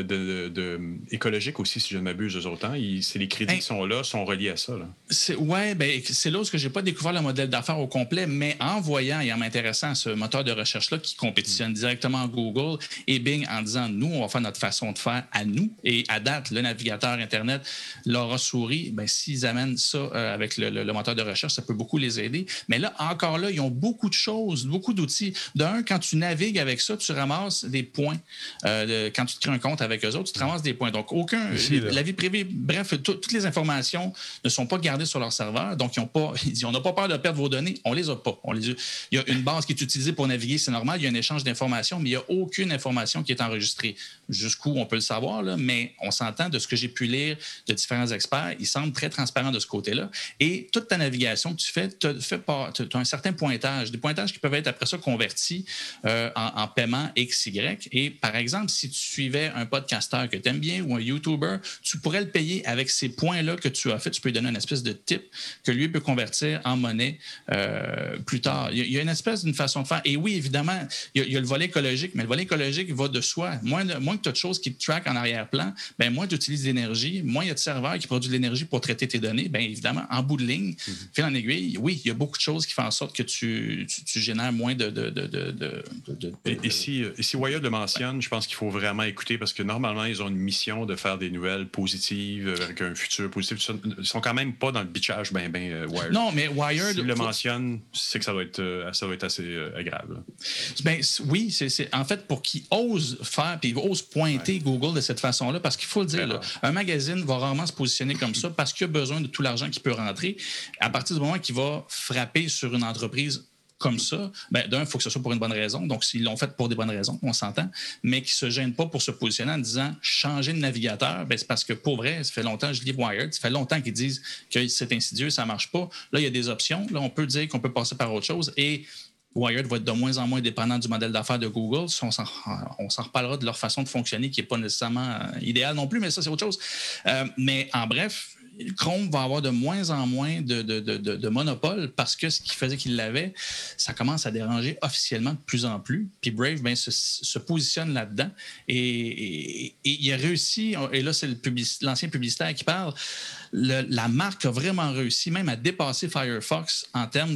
écologique aussi, si je ne m'abuse, eux autres. C'est les crédits qui sont là, sont reliés à ça. Là. C'est là où je n'ai pas découvert le modèle d'affaires au complet, mais en voyant et en m'intéressant à ce moteur de recherche-là qui compétitionne directement Google et Bing en disant, nous, on va faire notre façon de faire à nous. Et à date, le navigateur Internet leur a souri. S'ils amènent ça avec le moteur de recherche, ça peut beaucoup les aider. Mais là, encore là, ils ont beaucoup de choses, beaucoup d'outils. D'un, quand tu navigues avec ça, tu ramasses des points. Quand tu te crées un compte avec eux autres, tu te ramasses des poins. Donc, la vie privée, bref, toutes les informations ne sont pas gardées sur leur serveur. Donc, ils disent, on n'a pas peur de perdre vos données. On les a pas. Il y a une base qui est utilisée pour naviguer, c'est normal. Il y a un échange d'informations, mais il n'y a aucune information qui est enregistrée. Jusqu'où on peut le savoir, là, mais on s'entend de ce que j'ai pu lire de différents experts. Ils semblent très transparents de ce côté-là. Et toute ta navigation que tu fais, tu as un certain pointage. Des pointages qui peuvent être après ça convertis en paiement XY. Et par exemple, si tu suivais un podcasteur que tu aimes bien ou un YouTuber, tu pourrais le payer avec ces points-là que tu as fait. Tu peux lui donner une espèce de tip que lui peut convertir en monnaie plus tard. Il y a une espèce d'une façon de faire. Et oui, évidemment, il y a le volet écologique, mais le volet écologique va de soi. Moins que tu as de choses qui te traquent en arrière-plan, moins tu utilises d'énergie, moins il y a de serveurs qui produisent de l'énergie pour traiter tes données. Bien évidemment, en bout de ligne, fil en aiguille, oui, il y a beaucoup de choses qui font en sorte que tu génères moins Et si Wired le mentionne, je pense qu'il faut vraiment écouter parce que normalement, ils ont une mission de faire des nouvelles positives avec un futur positif. Ils sont quand même pas dans le bitchage Wired. Non, mais Wired... S'il le mentionne, c'est que ça va être assez agréable. Oui, c'est en fait pour qu'ils osent faire puis ils osent pointer Google de cette façon-là parce qu'il faut le dire, là, un magazine va rarement se positionner comme ça parce qu'il a besoin de tout l'argent qui peut rentrer. À partir du moment qu'il va frapper sur une entreprise comme ça, d'un, il faut que ce soit pour une bonne raison. Donc, s'ils l'ont fait pour des bonnes raisons, on s'entend, mais qu'ils ne se gênent pas pour se positionner en disant changer de navigateur, c'est parce que pour vrai, ça fait longtemps, je lis Wired, ça fait longtemps qu'ils disent que c'est insidieux, ça ne marche pas. Là, il y a des options. Là, on peut dire qu'on peut passer par autre chose et Wired va être de moins en moins dépendant du modèle d'affaires de Google. On s'en reparlera de leur façon de fonctionner qui n'est pas nécessairement idéale non plus, mais ça, c'est autre chose. Mais en bref, Chrome va avoir de moins en moins de monopole parce que ce qui faisait qu'il l'avait, ça commence à déranger officiellement de plus en plus. Puis Brave se positionne là-dedans et il a réussi, et là c'est l'ancien publicitaire qui parle, la marque a vraiment réussi même à dépasser Firefox en termes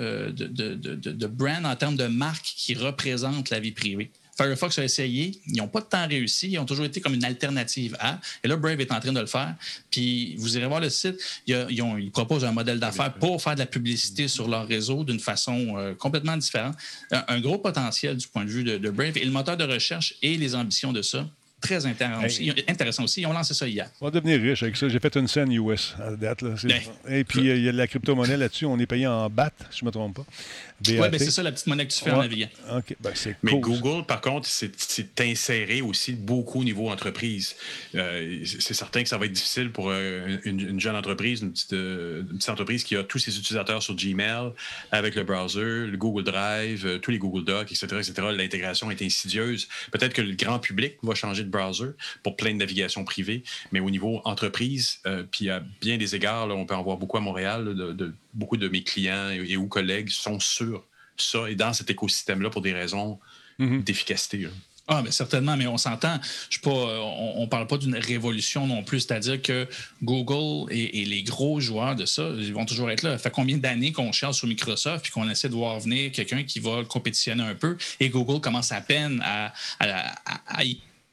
de brand, en termes de marque qui représente la vie privée. Firefox a essayé, ils n'ont pas de temps réussi, ils ont toujours été comme une alternative à. Et là, Brave est en train de le faire. Puis vous irez voir le site, ils proposent un modèle d'affaires pour faire de la publicité sur leur réseau d'une façon complètement différente. Un gros potentiel du point de vue de Brave et le moteur de recherche et les ambitions de ça. Très intéressant aussi. Ils ont lancé ça hier. On va devenir riche avec ça. J'ai fait une scène US à la date. Là. Et puis, il y a de la crypto-monnaie là-dessus. On est payé en BAT, si je ne me trompe pas. Oui, c'est ça la petite monnaie que tu fais en naviguant. Okay. C'est mais cool. Google, par contre, c'est inséré aussi beaucoup au niveau entreprise. C'est certain que ça va être difficile pour une jeune entreprise, une petite entreprise qui a tous ses utilisateurs sur Gmail, avec le browser, le Google Drive, tous les Google Docs, etc. L'intégration est insidieuse. Peut-être que le grand public va changer de browser pour plein de navigation privée, mais au niveau entreprise, puis à bien des égards, là, on peut en voir beaucoup à Montréal, beaucoup de mes clients et ou collègues sont sur ça et dans cet écosystème-là pour des raisons d'efficacité. Là. Ah, bien certainement, mais on s'entend. On ne parle pas d'une révolution non plus, c'est-à-dire que Google et les gros joueurs de ça, ils vont toujours être là. Ça fait combien d'années qu'on cherche sur Microsoft puis qu'on essaie de voir venir quelqu'un qui va compétitionner un peu et Google commence à peine à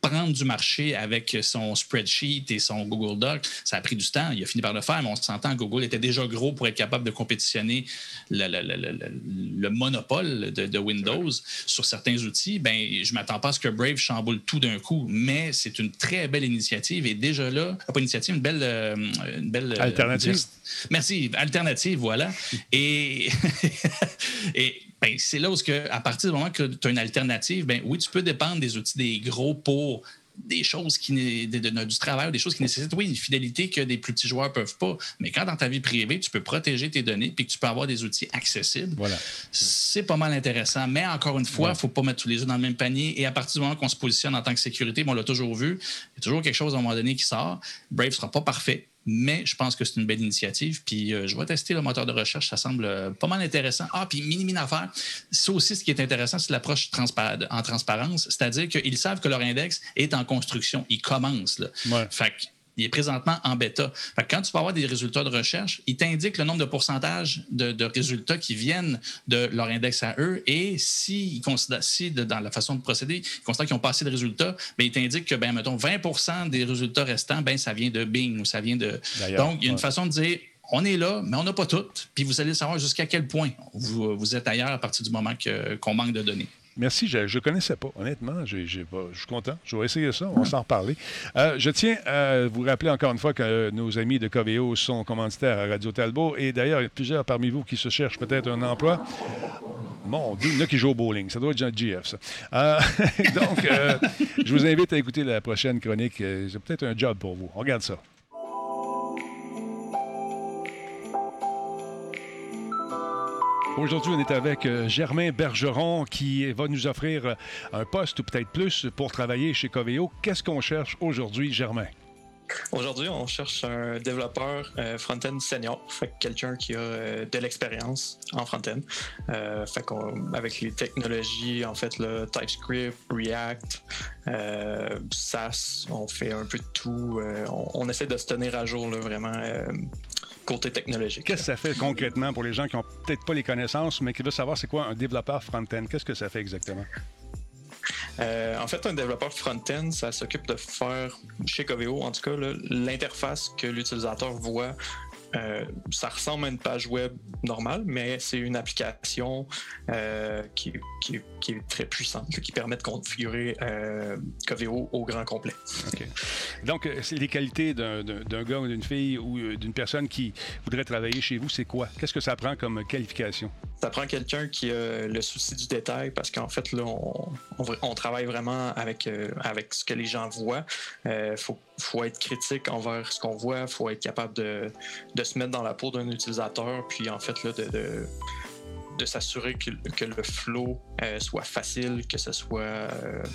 prendre du marché avec son spreadsheet et son Google Doc. Ça a pris du temps. Il a fini par le faire, mais on s'entend, Google était déjà gros pour être capable de compétitionner le monopole de Windows sur certains outils. Ben, je ne m'attends pas à ce que Brave chamboule tout d'un coup, mais c'est une très belle initiative et déjà là, pas initiative, une belle alternative. Merci, alternative, voilà. Et ben, c'est là où, à partir du moment que tu as une alternative, ben oui, tu peux dépendre des outils des gros pour des choses du travail, des choses qui nécessitent, oui, une fidélité que des plus petits joueurs ne peuvent pas. Mais quand dans ta vie privée, tu peux protéger tes données puis que tu peux avoir des outils accessibles, voilà. C'est pas mal intéressant. Mais encore une fois, il ne faut pas mettre tous les œufs dans le même panier. Et à partir du moment qu'on se positionne en tant que sécurité, on l'a toujours vu, il y a toujours quelque chose à un moment donné qui sort. Brave ne sera pas parfait. Mais je pense que c'est une belle initiative. Puis je vais tester le moteur de recherche. Ça semble pas mal intéressant. Ah, puis mini affaire. Ça aussi, ce qui est intéressant, c'est l'approche en transparence. C'est-à-dire qu'ils savent que leur index est en construction. Il commence. Là. Ouais. Fait qu'il est présentement en bêta. Fait que quand tu vas avoir des résultats de recherche, ils t'indiquent le nombre de pourcentage de résultats qui viennent de leur index à eux. Et dans la façon de procéder, ils constatent qu'ils n'ont pas assez de résultats, bien, ils t'indiquent que, ben, mettons, 20% des résultats restants, ben, ça vient de Bing ou ça vient de... D'ailleurs, donc, il y a une façon de dire... On est là, mais on n'a pas tout. Puis vous allez savoir jusqu'à quel point vous êtes ailleurs à partir du moment qu'on manque de données. Merci, je ne connaissais pas. Honnêtement, je suis content. Je vais essayer ça. On va s'en reparler. Je tiens à vous rappeler encore une fois que nos amis de Coveo sont commanditaires à Radio Talbot. Et d'ailleurs, il y a plusieurs parmi vous qui se cherchent peut-être un emploi. Mon Dieu, il y en a qui jouent au bowling. Ça doit être John GF, ça. Donc, je vous invite à écouter la prochaine chronique. C'est peut-être un job pour vous. On regarde ça. Aujourd'hui, on est avec Germain Bergeron qui va nous offrir un poste ou peut-être plus pour travailler chez Coveo. Qu'est-ce qu'on cherche aujourd'hui, Germain? Aujourd'hui, on cherche un développeur front-end senior, fait que quelqu'un qui a de l'expérience en front-end. Fait avec les technologies, en fait, le TypeScript, React, SAS, on fait un peu de tout. On essaie de se tenir à jour, là, vraiment. Côté technologique. Qu'est-ce que ça fait concrètement pour les gens qui n'ont peut-être pas les connaissances, mais qui veulent savoir c'est quoi un développeur front-end? Qu'est-ce que ça fait exactement? En fait, un développeur front-end, ça s'occupe de faire, chez Coveo en tout cas, là, l'interface que l'utilisateur voit. Ça ressemble à une page web normale, mais c'est une application qui est très puissante, qui permet de configurer Coveo au grand complet. OK. Donc, c'est les qualités d'un gars ou d'une fille ou d'une personne qui voudrait travailler chez vous, c'est quoi? Qu'est-ce que ça prend comme qualification? Ça prend quelqu'un qui a le souci du détail parce qu'en fait, là, on travaille vraiment avec ce que les gens voient. Faut être critique envers ce qu'on voit. Faut être capable de se mettre dans la peau d'un utilisateur. Puis en fait, là, de s'assurer que le flow soit facile, que ce soit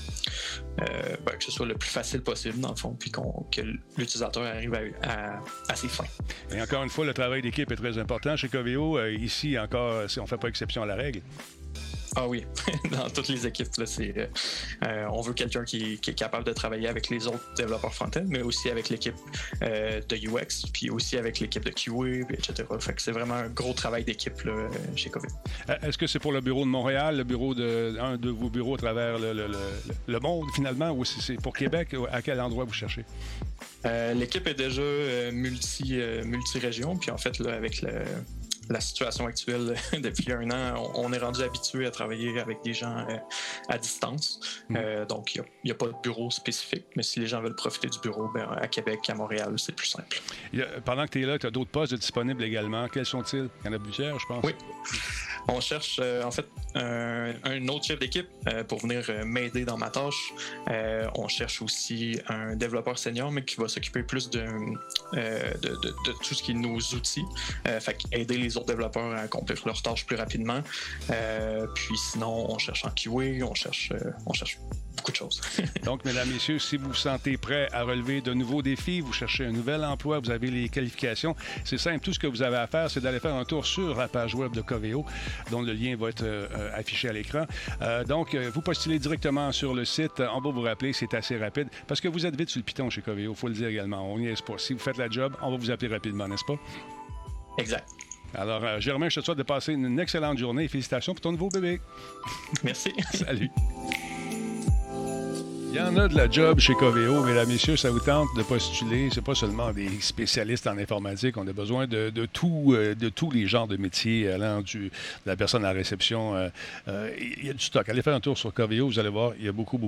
le plus facile possible, dans le fond, puis que l'utilisateur arrive à ses fins. Et encore une fois, le travail d'équipe est très important chez Coveo. Ici, encore, on ne fait pas exception à la règle. Ah oui, dans toutes les équipes, là, on veut quelqu'un qui est capable de travailler avec les autres développeurs front-end, mais aussi avec l'équipe de UX, puis aussi avec l'équipe de QA, etc. Fait que c'est vraiment un gros travail d'équipe là, chez Coveo. Est-ce que c'est pour le bureau de Montréal, le bureau un de vos bureaux à travers le monde, finalement, ou c'est pour Québec? À quel endroit vous cherchez? L'équipe est déjà multi-région, puis en fait, là, avec la situation actuelle depuis un an, on est rendu habitué à travailler avec des gens à distance. Donc, il n'y a pas de bureau spécifique, mais si les gens veulent profiter du bureau, à Québec, à Montréal, c'est plus simple. Pendant que tu es là, tu as d'autres postes disponibles également. Quels sont-ils? Il y en a plusieurs, je pense. Oui. On cherche, en fait, un autre chef d'équipe pour venir m'aider dans ma tâche. On cherche aussi un développeur senior, mais qui va s'occuper plus de tout ce qui est nos outils. Fait aider les autres développeurs à accomplir leurs tâches plus rapidement. Puis sinon, on cherche en QA, on cherche beaucoup de choses. Donc, mesdames, messieurs, si vous vous sentez prêts à relever de nouveaux défis, vous cherchez un nouvel emploi, vous avez les qualifications, c'est simple. Tout ce que vous avez à faire, c'est d'aller faire un tour sur la page web de Coveo, dont le lien va être affiché à l'écran. Donc, vous postulez directement sur le site. On va vous rappeler, c'est assez rapide, parce que vous êtes vite sur le piton chez Coveo, il faut le dire également. On n'y est pas. Si vous faites la job, on va vous appeler rapidement, n'est-ce pas? Exact. Alors, Germain, je te souhaite de passer une excellente journée et félicitations pour ton nouveau bébé. Merci. Salut. Il y en a de la job chez Coveo, mesdames, messieurs, ça vous tente de postuler. C'est pas seulement des spécialistes en informatique. On a besoin de tous les genres de métiers, allant de la personne à la réception. Il y a du stock. Allez faire un tour sur Coveo, vous allez voir, il y a beaucoup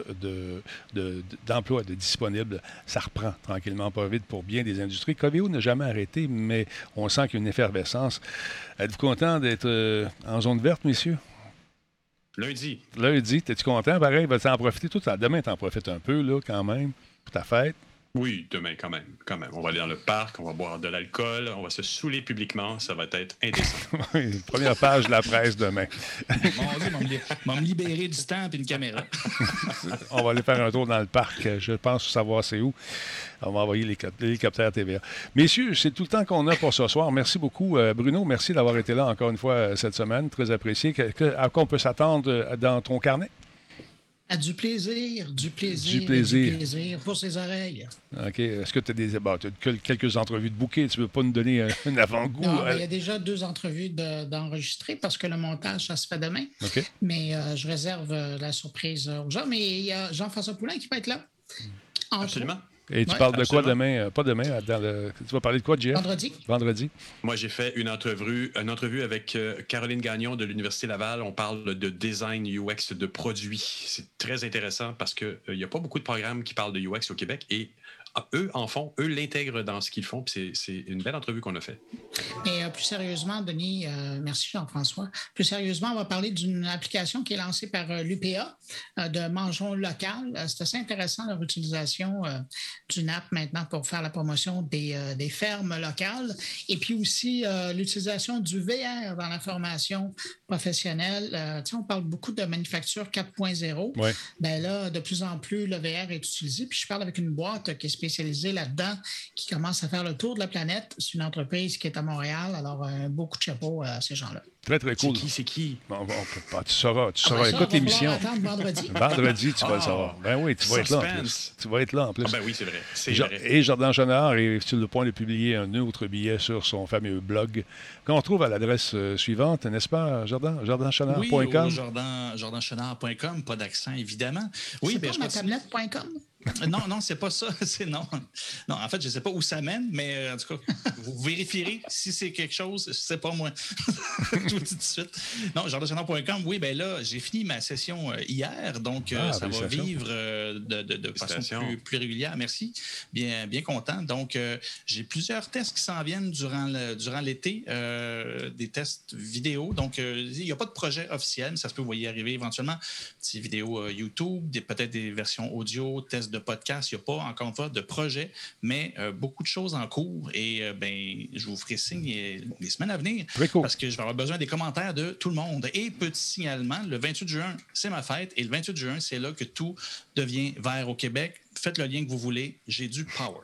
d'emplois de disponibles. Ça reprend tranquillement, pas vite pour bien des industries. Coveo n'a jamais arrêté, mais on sent qu'il y a une effervescence. Êtes-vous content d'être en zone verte, messieurs? Lundi, t'es-tu content? Pareil, vas-tu en profiter? Demain, t'en profites un peu, là, quand même, pour ta fête. oui, demain, quand même. On va aller dans le parc, on va boire de l'alcool, on va se saouler publiquement, ça va être indécent. Oui, première page de la presse demain. Mon Dieu, m'a me libérer du temps et une caméra. On va aller faire un tour dans le parc. Je pense savoir c'est où. On va envoyer l'hélicoptère TVA. Messieurs, c'est tout le temps qu'on a pour ce soir. Merci beaucoup, Bruno. Merci d'avoir été là encore une fois cette semaine. Très apprécié. À quoi on peut s'attendre dans ton carnet? À du plaisir pour ses oreilles. OK. Est-ce que tu as quelques entrevues de bouquets? Tu ne veux pas nous donner un avant-goût? Non, il y a déjà 2 entrevues d'enregistrer parce que le montage, ça se fait demain. OK. Mais je réserve la surprise aux gens. Mais il y a Jean-François Poulain qui va être là. Absolument. Et tu parles de quoi demain? Pas demain. Tu vas parler de quoi, JF? Vendredi. Moi, j'ai fait une entrevue avec Caroline Gagnon de l'Université Laval. On parle de design UX de produits. C'est très intéressant parce qu'il n'y a pas beaucoup de programmes qui parlent de UX au Québec et eux en font, eux l'intègrent dans ce qu'ils font. Puis c'est une belle entrevue qu'on a faite. Et plus sérieusement, Denis, merci Jean-François. Plus sérieusement, on va parler d'une application qui est lancée par l'UPA de Mangeons Local. C'est assez intéressant leur utilisation d'une app maintenant pour faire la promotion des fermes locales. Et puis aussi l'utilisation du VR dans la formation professionnelle. On parle beaucoup de manufacture 4.0. Ouais. Ben là, de plus en plus, le VR est utilisé. Puis je parle avec une boîte qui est spécialisée là-dedans, qui commence à faire le tour de la planète. C'est une entreprise qui est à Montréal. Alors, beaucoup de chapeau à ces gens-là. Très, très cool. C'est qui? Bon, tu sauras. Écoute l'émission. Vendredi. Vendredi, tu vas le savoir. Ben oui, tu vas être là en plus. Tu vas être là en plus. Ben oui, c'est vrai. Et Jordan Chenard est sur le point de publier un autre billet sur son fameux blog qu'on retrouve à l'adresse suivante, n'est-ce pas, Jordan? jordanchenard.com. Oui, jordanchenard.com, pas d'accent, évidemment. Oui, c'est pas matablette.com? Non, c'est pas ça. Non, en fait, je ne sais pas où ça mène, mais en tout cas, vous vérifierez si c'est quelque chose, c'est pas moi. Je vous le dis tout de suite. Non, jordanchenard.com, oui, ben là, j'ai fini ma session hier, donc ça va vivre de façon plus régulière. Merci. Bien content. Donc, j'ai plusieurs tests qui s'en viennent durant l'été, des tests vidéo. Donc, il n'y a pas de projet officiel, mais ça se peut, vous voyez arriver éventuellement, des vidéos YouTube, peut-être des versions audio, tests de podcast. Il n'y a pas, encore une fois, de projet, mais beaucoup de choses en cours et je vous ferai signe les semaines à venir parce que je vais avoir besoin des commentaires de tout le monde. Et petit signalement, le 28 juin, c'est ma fête et le 28 juin, c'est là que tout devient vert au Québec. Faites le lien que vous voulez. J'ai du power.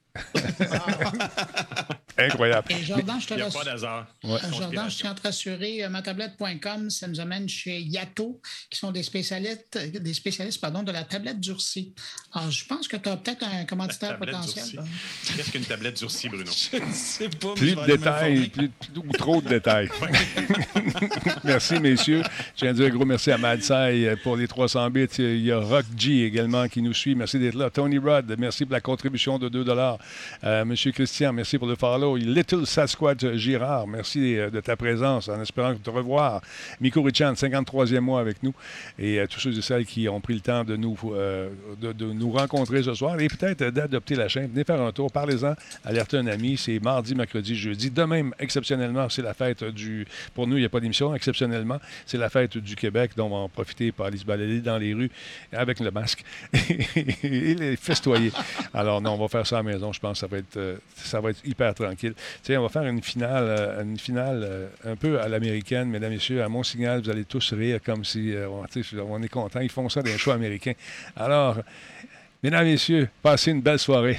Incroyable. Et Jordan, il n'y a pas d'hasard. Ouais. Jordan, je tiens à te rassurer, matablette.com, ça nous amène chez Yato, qui sont des spécialistes de la tablette durcie. Alors, je pense que tu as peut-être un commanditaire potentiel. Qu'est-ce qu'une tablette durcie, Bruno? Je ne sais pas. Plus de détails, ou trop de détails. Merci, messieurs. Je tiens à dire un gros merci à Madsai pour les 300 bits. Il y a Rock G également qui nous suit. Merci d'être là. Tony Rudd, merci pour la contribution de 2 $. Monsieur Christian, merci pour le follow. Little Sasquatch Girard, merci de ta présence en espérant te revoir. Miko Richan, 53e mois avec nous. Et tous ceux et celles qui ont pris le temps de nous rencontrer ce soir et peut-être d'adopter la chaîne. Venez faire un tour, parlez-en, alertez un ami. C'est mardi, mercredi, jeudi. Demain, exceptionnellement, c'est la fête Pour nous, il n'y a pas d'émission. Exceptionnellement, c'est la fête du Québec, dont on va en profiter pour aller se balader dans les rues avec le masque et les festoyer. Alors, non, on va faire ça à la maison. Je pense que ça va être hyper tranquille. Tiens, on va faire une finale un peu à l'américaine, mesdames et messieurs. À mon signal, vous allez tous rire comme si on est content. Ils font ça dans les shows américains. Alors, mesdames et messieurs, passez une belle soirée.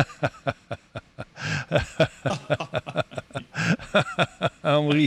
Henri.